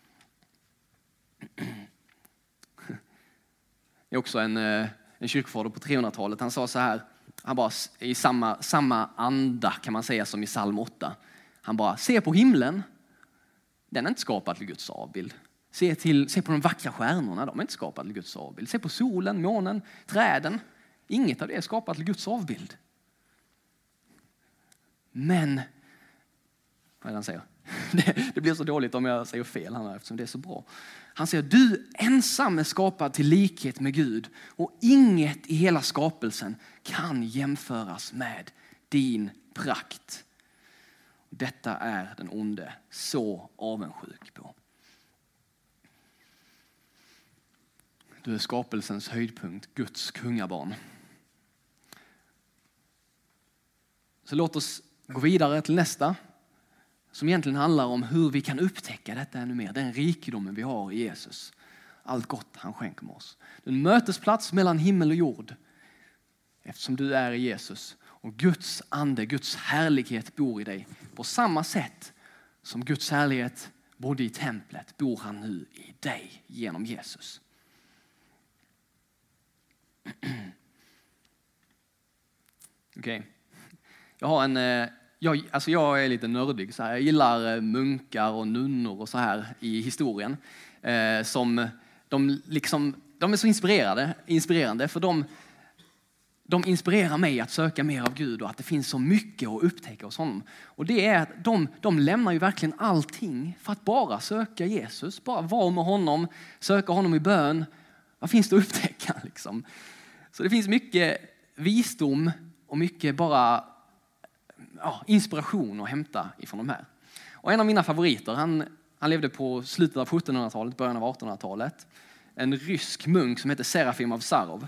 Det är också en, en kyrkfader på trehundratalet. Han sa så här, han bara i samma, samma anda kan man säga som i psalm åtta. Han bara, se på himlen. Den är inte skapad till Guds avbild. Se, till, se på de vackra stjärnorna, de är inte skapade till Guds avbild. Se på solen, månen, träden. Inget av det är skapat till Guds avbild. Men, vad är det han säger? Det, det blir så dåligt om jag säger fel här eftersom det är så bra. Han säger, du ensam är skapad till likhet med Gud. Och inget i hela skapelsen kan jämföras med din prakt. Detta är den onde så avundsjuk på. Du är skapelsens höjdpunkt, Guds kungabarn. Så låt oss gå vidare till nästa. Som egentligen handlar om hur vi kan upptäcka detta ännu mer. Den rikedomen vi har i Jesus. Allt gott han skänker oss. Det är en mötesplats mellan himmel och jord. Eftersom du är i Jesus. Och Guds ande, Guds härlighet bor i dig. På samma sätt som Guds härlighet bodde i templet bor han nu i dig genom Jesus. Okej. Okay. Jag har en... Jag, alltså jag är lite nördig. Så här. Jag gillar munkar och nunnor och så här i historien. Eh, som de, liksom, de är så inspirerade, inspirerande för de, de inspirerar mig att söka mer av Gud och att det finns så mycket att upptäcka hos honom. Och det är att de, de lämnar ju verkligen allting för att bara söka Jesus. Bara vara med honom, söka honom i bön. Vad finns det att upptäcka liksom? Så det finns mycket visdom och mycket bara... Ja, inspiration att hämta ifrån de här. Och en av mina favoriter, han, han levde på slutet av sjuttonhundratalet, början av artonhundratalet. En rysk munk som heter Serafim av Sarov.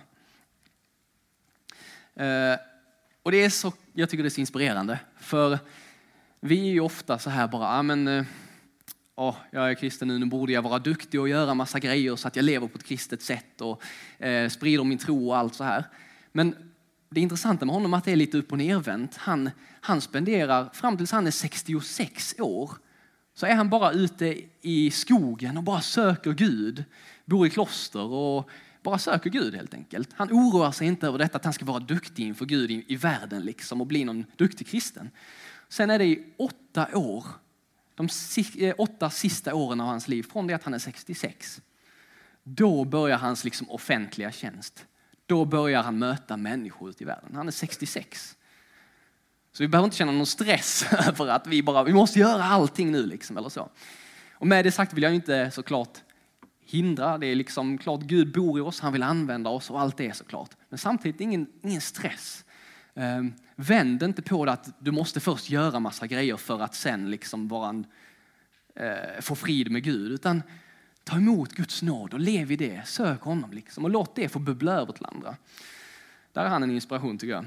Eh, och det är så, jag tycker det är så inspirerande. För vi är ju ofta så här bara, ja men, eh, oh, jag är kristen nu, nu borde jag vara duktig och göra massa grejer så att jag lever på ett kristet sätt och eh, sprider min tro och allt så här. Men det intressanta med honom är att det är lite upp och nervänt. Han, han spenderar, fram tills han är sextiosex år, så är han bara ute i skogen och bara söker Gud. Bor i kloster och bara söker Gud helt enkelt. Han oroar sig inte över detta att han ska vara duktig inför Gud i, i världen liksom och bli någon duktig kristen. Sen är det i åtta år, de si, åtta sista åren av hans liv, från det att han är sextiosex. Då börjar hans liksom offentliga tjänst. Då börjar han möta människor ute i världen. Han är sextiosex. Så vi behöver inte känna någon stress över att vi bara, vi måste göra allting nu liksom eller så. Och med det sagt vill jag inte såklart hindra. Det är liksom klart Gud bor i oss, han vill använda oss och allt det är såklart. Men samtidigt ingen, ingen stress. Um, vänd inte på det att du måste först göra massa grejer för att sen liksom vara en, uh, få frid med Gud. Utan ta emot Guds nåd och lev i det. Sök honom liksom och låt det få bubbla över till andra. Där är han en inspiration tycker jag.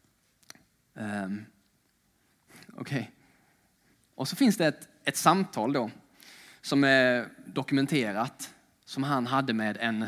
Um, Okej. Okay. Och så finns det ett, ett samtal då som är dokumenterat som han hade med en,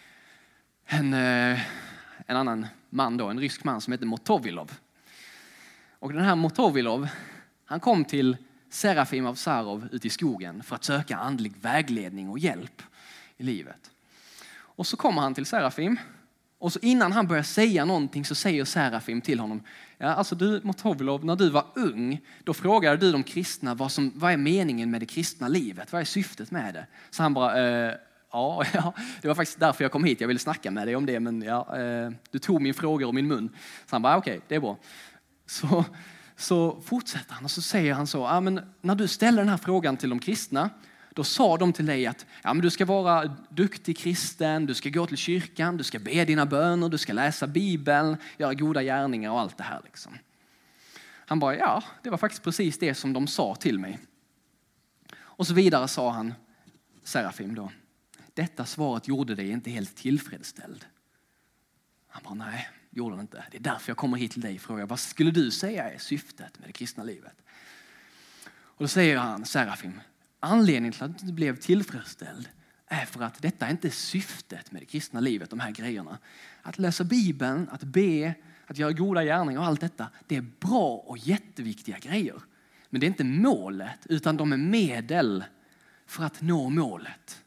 en, en annan man då, en rysk man som heter Motovilov. Och den här Motovilov, han kom till Serafim av Sarov ute i skogen för att söka andlig vägledning och hjälp i livet. Och så kommer han till Serafim. Och så innan han börjar säga någonting så säger Serafim till honom: ja, alltså du Motovilov, när du var ung, då frågade du de kristna vad, som, vad är meningen med det kristna livet? Vad är syftet med det? Så han bara, eh, ja, ja, det var faktiskt därför jag kom hit. Jag ville snacka med dig om det, men ja, eh, du tog min fråga ur min mun. Så han bara, okej, okay, det är bra. Så, så fortsätter han och så säger han så, ja, men när du ställer den här frågan till de kristna, då sa de till dig att ja, men du ska vara duktig kristen, du ska gå till kyrkan, du ska be dina böner, du ska läsa Bibeln, göra goda gärningar och allt det här. Liksom. Han bara, ja, det var faktiskt precis det som de sa till mig. Och så vidare sa han, Serafim då, detta svaret gjorde dig inte helt tillfredsställd. Han bara, nej, gjorde det inte. Det är därför jag kommer hit till dig och frågar, vad skulle du säga är syftet med det kristna livet? Och då säger han, Serafim, anledningen till att du inte blev tillfredsställd är för att detta inte är syftet med det kristna livet, de här grejerna. Att läsa Bibeln, att be, att göra goda gärningar och allt detta, det är bra och jätteviktiga grejer. Men det är inte målet, utan de är medel för att nå målet.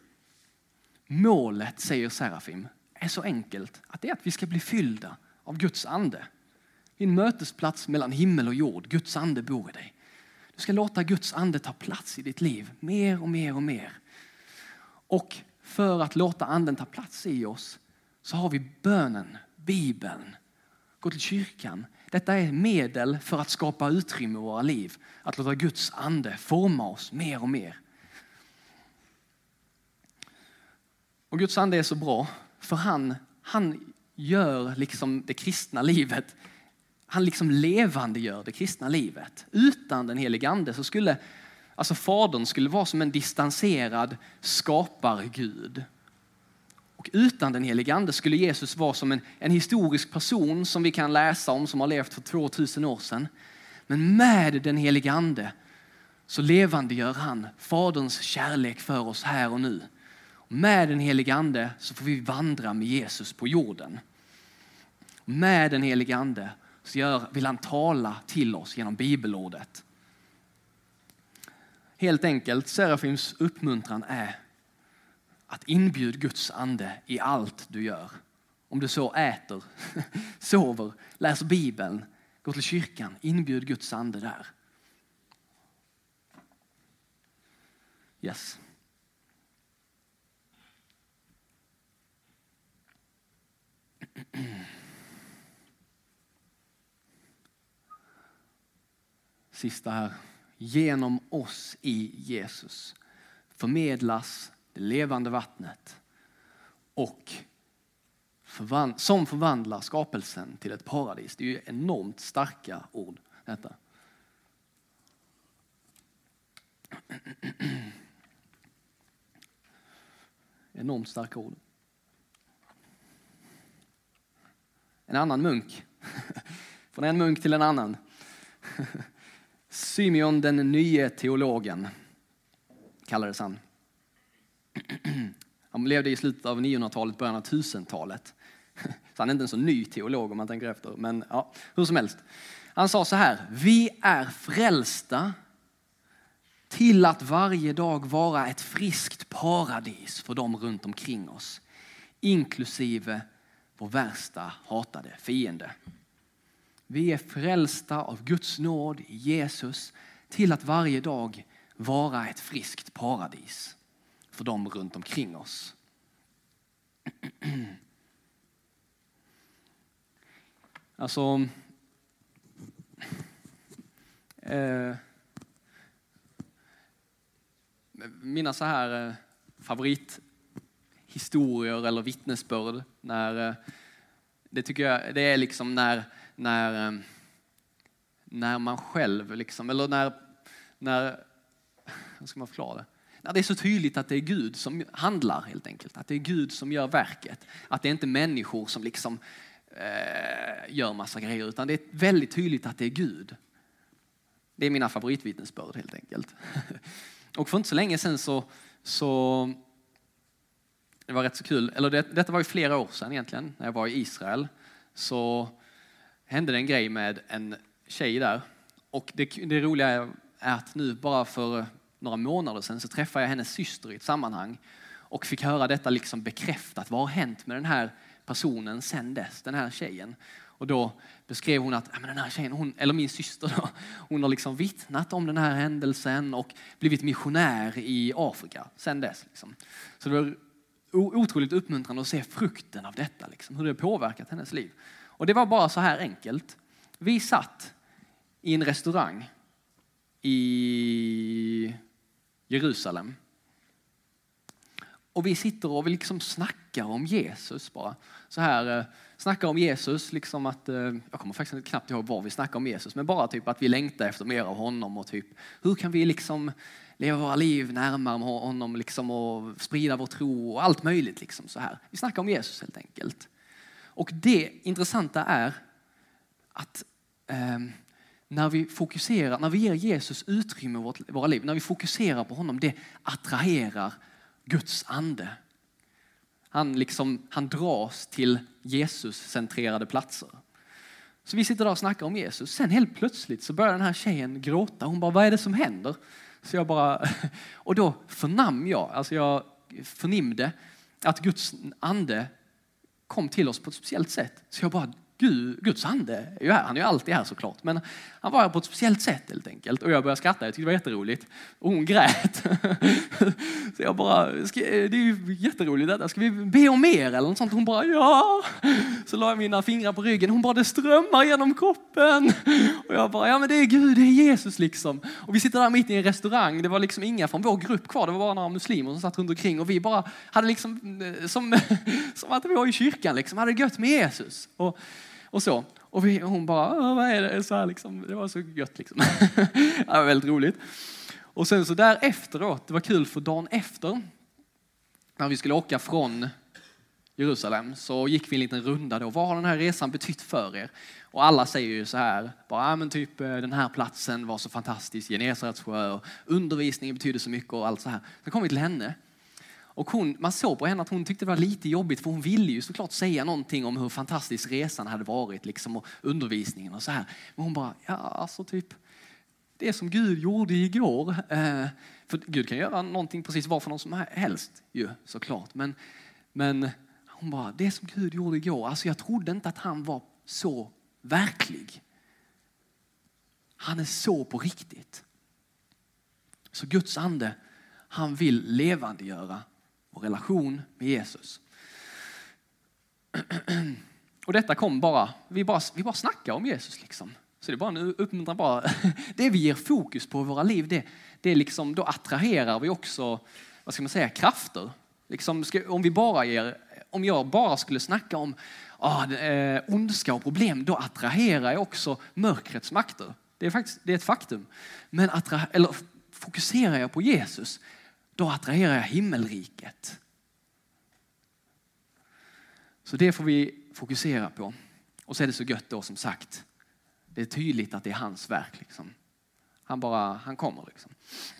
Målet, säger Serafim, är så enkelt att det är att vi ska bli fyllda av Guds ande. I en mötesplats mellan himmel och jord, Guds ande bor i dig. Du ska låta Guds ande ta plats i ditt liv mer och mer och mer. Och för att låta anden ta plats i oss så har vi bönen, Bibeln, gå till kyrkan. Detta är medel för att skapa utrymme i våra liv. Att låta Guds ande forma oss mer och mer. Och Guds ande är så bra för han, han gör liksom det kristna livet. Han liksom levande gör det kristna livet. Utan den helige ande så skulle alltså fadern skulle vara som en distanserad skapargud. Och utan den helige ande skulle Jesus vara som en, en historisk person som vi kan läsa om som har levt för tvåtusen år sedan. Men med den helige ande så levande gör han faderns kärlek för oss här och nu. Och med den helige ande så får vi vandra med Jesus på jorden. Och med den helige ande så gör, vill han tala till oss genom bibelordet. Helt enkelt, Serafims uppmuntran är att inbjuda Guds ande i allt du gör. Om du så äter, sover, läser Bibeln, går till kyrkan, inbjud Guds ande där. Yes. Sista här. Genom oss i Jesus förmedlas det levande vattnet och förvand- som förvandlar skapelsen till ett paradis. Det är ju enormt starka ord detta. Enormt starka ord. En annan munk. Från en munk till en annan. Symeon den nye teologen kallades han. Han levde i slutet av niohundratalet, början av tusentalet. Så han är inte en så ny teolog om man tänker efter. Men ja, hur som helst. Han sa så här: vi är frälsta till att varje dag vara ett friskt paradis för dem runt omkring oss. Inklusive vår värsta hatade fiende. Vi är frälsta av Guds nåd i Jesus till att varje dag vara ett friskt paradis för dem runt omkring oss. Alltså, eh, mina så här eh, favorithistorier eller vittnesbörd när eh, det tycker jag det är liksom när när eh, när man själv liksom eller när när hur ska man förklara det? När det är så tydligt att det är Gud som handlar helt enkelt, att det är Gud som gör verket, att det är inte människor som liksom eh, gör massa grejer, utan det är väldigt tydligt att det är Gud. Det är mina favoritvittnesbörd helt enkelt. Och för inte så länge sedan så, så det var rätt så kul, eller det, detta var ju flera år sedan egentligen, när jag var i Israel, så hände det en grej med en tjej där. Och det, det roliga är att nu bara för några månader sedan så träffade jag hennes syster i ett sammanhang och fick höra detta liksom bekräftat. Vad har hänt med den här personen sen dess, den här tjejen? Och då beskrev hon att ja, men den här tjejen, hon, eller min syster då, hon har liksom vittnat om den här händelsen och blivit missionär i Afrika sen dess. Liksom. Så det var otroligt uppmuntrande att se frukten av detta, liksom, hur det har påverkat hennes liv. Och det var bara så här enkelt. Vi satt i en restaurang i Jerusalem. Och vi sitter och vi liksom snackar om Jesus bara. Så här eh, snackar om Jesus liksom att eh, jag kommer faktiskt knappt ihåg vad vi snackar om Jesus, men bara typ att vi längtar efter mer av honom och typ hur kan vi liksom leva våra liv närmare honom liksom och sprida vår tro och allt möjligt liksom så här. Vi snackar om Jesus helt enkelt. Och det intressanta är att eh, när vi fokuserar, när vi ger Jesus utrymme i vårt, våra liv, när vi fokuserar på honom, det attraherar Guds ande. Han, liksom, han dras till Jesus-centrerade platser. Så vi sitter där och snackar om Jesus. Sen helt plötsligt så börjar den här tjejen gråta. Hon bara, vad är det som händer? Så jag bara, och då förnam jag, alltså jag förnimde att Guds ande kom till oss på ett speciellt sätt. Så jag bara, Gud, Guds ande är ju här. Han är ju alltid här såklart. Men han var här på ett speciellt sätt helt enkelt. Och jag började skratta. Jag tyckte det var jätteroligt. Och hon grät. Så jag bara, ska, det är ju jätteroligt detta. Ska vi be om mer eller något sånt? Hon bara, ja. Så la jag mina fingrar på ryggen. Hon bara, det strömmar genom kroppen. Och jag bara, ja men det är Gud, det är Jesus liksom. Och vi sitter där mitt i en restaurang. Det var liksom inga från vår grupp kvar. Det var bara några muslimer som satt runt omkring. Och vi bara hade liksom, som, som att vi var i kyrkan liksom. Hade gött med Jesus. Och Och så. Och vi, hon bara, vad är det? Så här, liksom. Det var så gött liksom. Det var väldigt roligt. Och sen så där efteråt, det var kul för dagen efter, när vi skulle åka från Jerusalem, så gick vi en liten runda då. Vad har den här resan betytt för er? Och alla säger ju så här, bara, men typ den här platsen var så fantastisk, Genesarets sjö, och undervisningen betyder så mycket och allt så här. Så kom vi till henne. Och hon, man såg på henne att hon tyckte det var lite jobbigt, för hon ville ju såklart säga någonting om hur fantastisk resan hade varit liksom, och undervisningen och så här. Men hon bara, ja alltså typ det som Gud gjorde igår. Eh, för Gud kan göra någonting precis vad för någon som helst ju såklart. Men, men hon bara, det som Gud gjorde igår, alltså jag trodde inte att han var så verklig. Han är så på riktigt. Så Guds ande, han vill levandegöra vår relation med Jesus. Och detta kom bara, vi bara, vi bara snackar om Jesus liksom. Så det är bara en uppmuntran bara. Det vi ger fokus på i våra liv, det, det är liksom, då attraherar vi också, vad ska man säga, krafter. Liksom, ska, om vi bara ger, om jag bara skulle snacka om ah, eh, ondska och problem, då attraherar jag också mörkrets makter. Det är faktiskt, det är ett faktum. Men attra, eller fokuserar jag på Jesus, då attraherar jag himmelriket. Så det får vi fokusera på. Och så är det så gött då, som sagt. Det är tydligt att det är hans verk. Liksom. Han bara, han kommer liksom.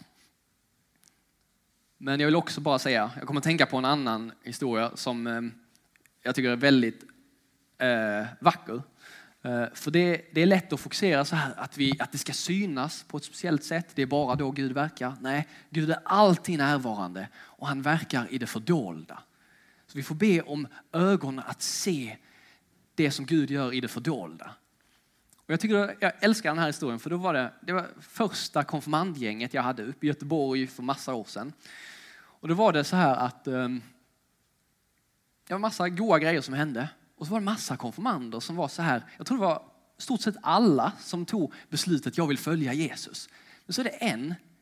Men jag vill också bara säga, jag kommer att tänka på en annan historia som eh, jag tycker är väldigt eh, vacker. Uh, för det, det är lätt att fokusera så här att, vi, att det ska synas på ett speciellt sätt. Det är bara då Gud verkar. Nej, Gud är alltid närvarande och han verkar i det fördolda. Så vi får be om ögonen att se det som Gud gör i det fördolda. Och jag, tycker, jag älskar den här historien, för då var det, det var första konfirmandgänget jag hade uppe i Göteborg för massa år sedan. Och då var det så här att um, det var massa goda grejer som hände. Och så var det massa konfirmander som var så här. Jag tror det var stort sett alla som tog beslutet, jag vill följa Jesus. Men så är det en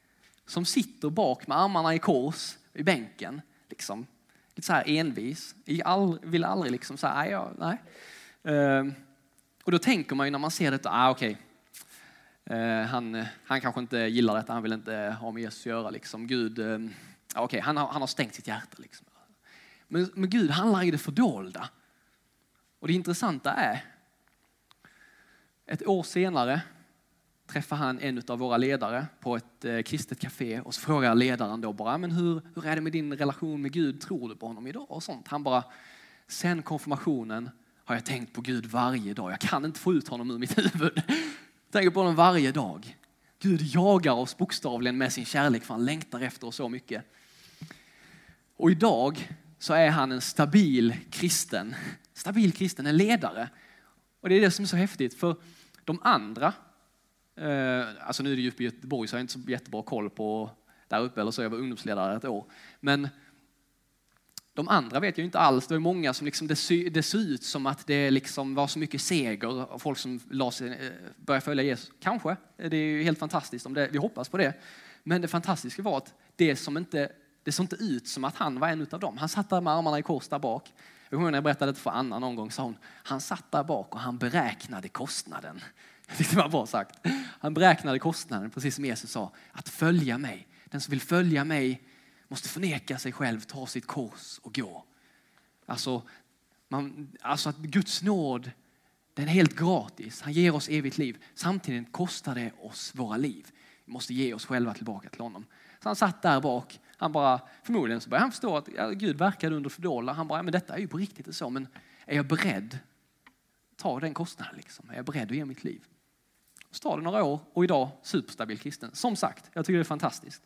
som sitter bak med armarna i kors i bänken. Liksom. Lite så här envis. Jag all, vill aldrig liksom säga nej. Ja, nej. Uh, och då tänker man ju när man ser detta, ah, okej. Okay. Uh, han, han kanske inte gillar detta, han vill inte ha med Jesus att göra. Liksom. Gud, uh, okej, okay, han, har, han har stängt sitt hjärta. Liksom. Men, men Gud handlar i det fördolda. Och det intressanta är, ett år senare träffar han en av våra ledare på ett eh, kristet café och så frågar ledaren då bara, men hur, hur är det med din relation med Gud? Tror du på honom idag? Och sånt. Han bara, sen konfirmationen har jag tänkt på Gud varje dag. Jag kan inte få ut honom ur mitt huvud. Jag tänker på honom varje dag. Gud jagar oss bokstavligen med sin kärlek för han längtar efter oss så mycket. Och idag så är han en stabil kristen. Stabil kristen, en ledare. Och det är det som är så häftigt. För de andra, eh, alltså nu är det ju uppe i Göteborg så jag har inte så jättebra koll på där uppe. Eller så jag var ungdomsledare ett år. Men de andra vet jag inte alls. Det var många som liksom, det, sy, det såg ut som att det liksom var så mycket seger. Och folk som la sig, eh, började följa Jesus. Kanske. Det är ju helt fantastiskt om det. Vi hoppas på det. Men det fantastiska var att det som inte... Det såg inte ut som att han var en av dem. Han satt där med armarna i kors där bak. Jag kommer när jag berättade det för Anna någon gång sa hon, han satt där bak och han beräknade kostnaden. Det var bra sagt. Han beräknade kostnaden, precis som Jesus sa, att följa mig. Den som vill följa mig måste förneka sig själv, ta sitt kors och gå. Alltså, man, alltså att Guds nåd, den är helt gratis. Han ger oss evigt liv. Samtidigt kostar det oss våra liv. Vi måste ge oss själva tillbaka till honom. Så han satt där bak. Han bara, förmodligen så började han förstå att ja, Gud verkade under fördolda. Han bara, ja, men detta är ju på riktigt och så. Men är jag beredd att ta den kostnaden liksom? Är jag beredd att ge mitt liv? Så tar det några år och idag superstabil kristen. Som sagt, jag tycker det är fantastiskt.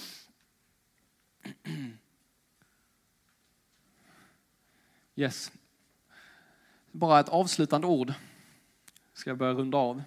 Yes. Bara ett avslutande ord. Ska jag börja runda av.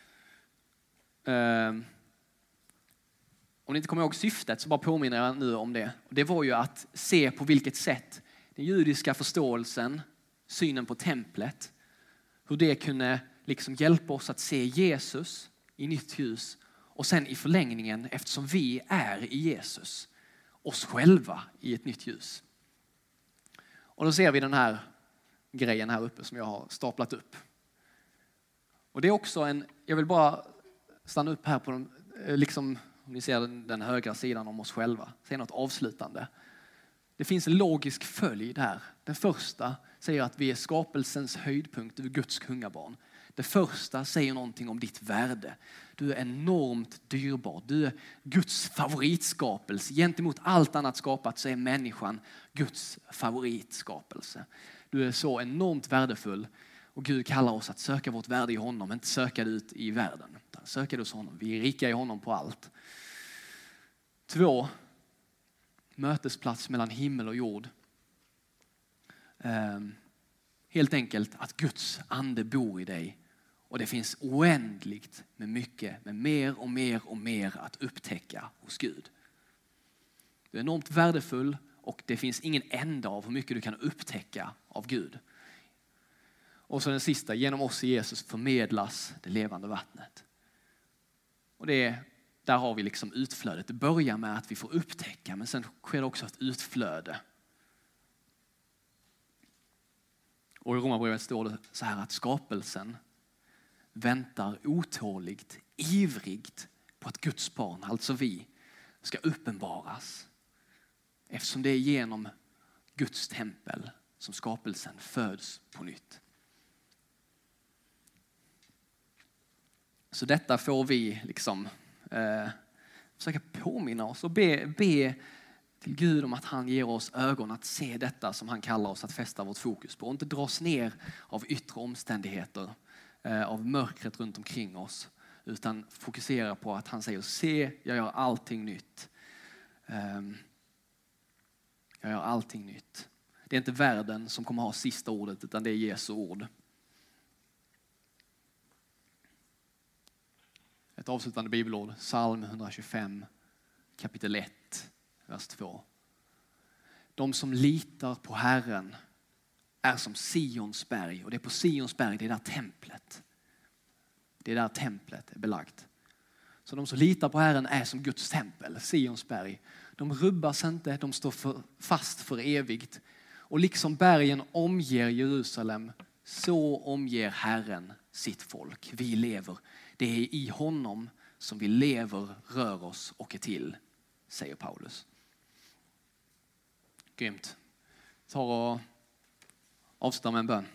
Uh, Om ni inte kommer ihåg syftet så bara påminner jag nu om det. Det var ju att se på vilket sätt den judiska förståelsen, synen på templet, hur det kunde liksom hjälpa oss att se Jesus i nytt ljus. Och sen i förlängningen, eftersom vi är i Jesus, oss själva i ett nytt ljus. Och då ser vi den här grejen här uppe som jag har staplat upp. Och det är också en, jag vill bara stanna upp här på de, liksom, om ni ser den, den högra sidan om oss själva. Se något avslutande. Det finns en logisk följd här. Den första säger att vi är skapelsens höjdpunkt. Du är Guds kungabarn. Det första säger någonting om ditt värde. Du är enormt dyrbar. Du är Guds favoritskapelse. Gentemot allt annat skapat så är människan Guds favoritskapelse. Du är så enormt värdefull. Och Gud kallar oss att söka vårt värde i honom. Inte söka det ut i världen. Söka det hos honom. Vi är rika i honom på allt. Två. Mötesplats mellan himmel och jord. Um, helt enkelt att Guds ande bor i dig. Och det finns oändligt med mycket, med mer och mer och mer att upptäcka hos Gud. Du är enormt värdefull och det finns ingen ända av hur mycket du kan upptäcka av Gud. Och så den sista, genom oss i Jesus förmedlas det levande vattnet. Och det är, där har vi liksom utflödet. Det börjar med att vi får upptäcka, men sen sker det också ett utflöde. Och i Romarbrevet står det så här att skapelsen väntar otåligt, ivrigt på att Guds barn, alltså vi, ska uppenbaras. Eftersom det är genom Guds tempel som skapelsen föds på nytt. Så detta får vi liksom eh, försöka påminna oss och be, be till Gud om att han ger oss ögon att se detta som han kallar oss att fästa vårt fokus på. Och inte dras ner av yttre omständigheter, eh, av mörkret runt omkring oss. Utan fokusera på att han säger, se, jag gör allting nytt. Eh, jag gör allting nytt. Det är inte världen som kommer ha sista ordet, utan det är Jesu ord. Ett avslutande bibelord, psalm etthundratjugofem, kapitel ett, vers två. De som litar på Herren är som Sions berg. Och det är på Sions berg, det är där templet. Det är där templet är belagt. Så de som litar på Herren är som Guds tempel, Sionsberg. De rubbas inte, de står för, fast för evigt. Och liksom bergen omger Jerusalem, så omger Herren sitt folk. Vi lever. Det är i honom som vi lever, rör oss och är till, säger Paulus. Grymt. Ta och avsluta med en bön.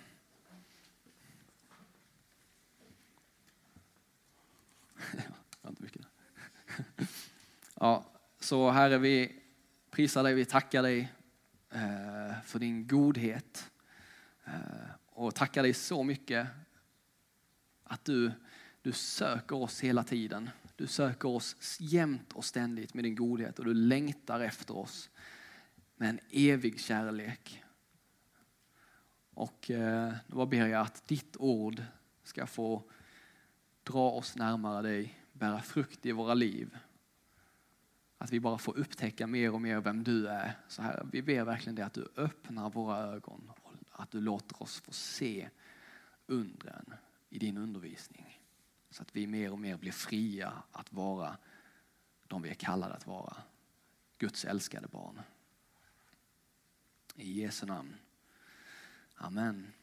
Ja, så Herre, vi prisar dig, vi tackar dig eh, för din godhet. Eh, och tackar dig så mycket att du, du söker oss hela tiden. Du söker oss jämt och ständigt med din godhet och du längtar efter oss med en evig kärlek. Och eh, då ber jag att ditt ord ska få dra oss närmare dig, bära frukt i våra liv. Att vi bara får upptäcka mer och mer vem du är. Så här, vi ber verkligen det att du öppnar våra ögon. Och att du låter oss få se undren i din undervisning. Så att vi mer och mer blir fria att vara de vi är kallade att vara. Guds älskade barn. I Jesu namn. Amen.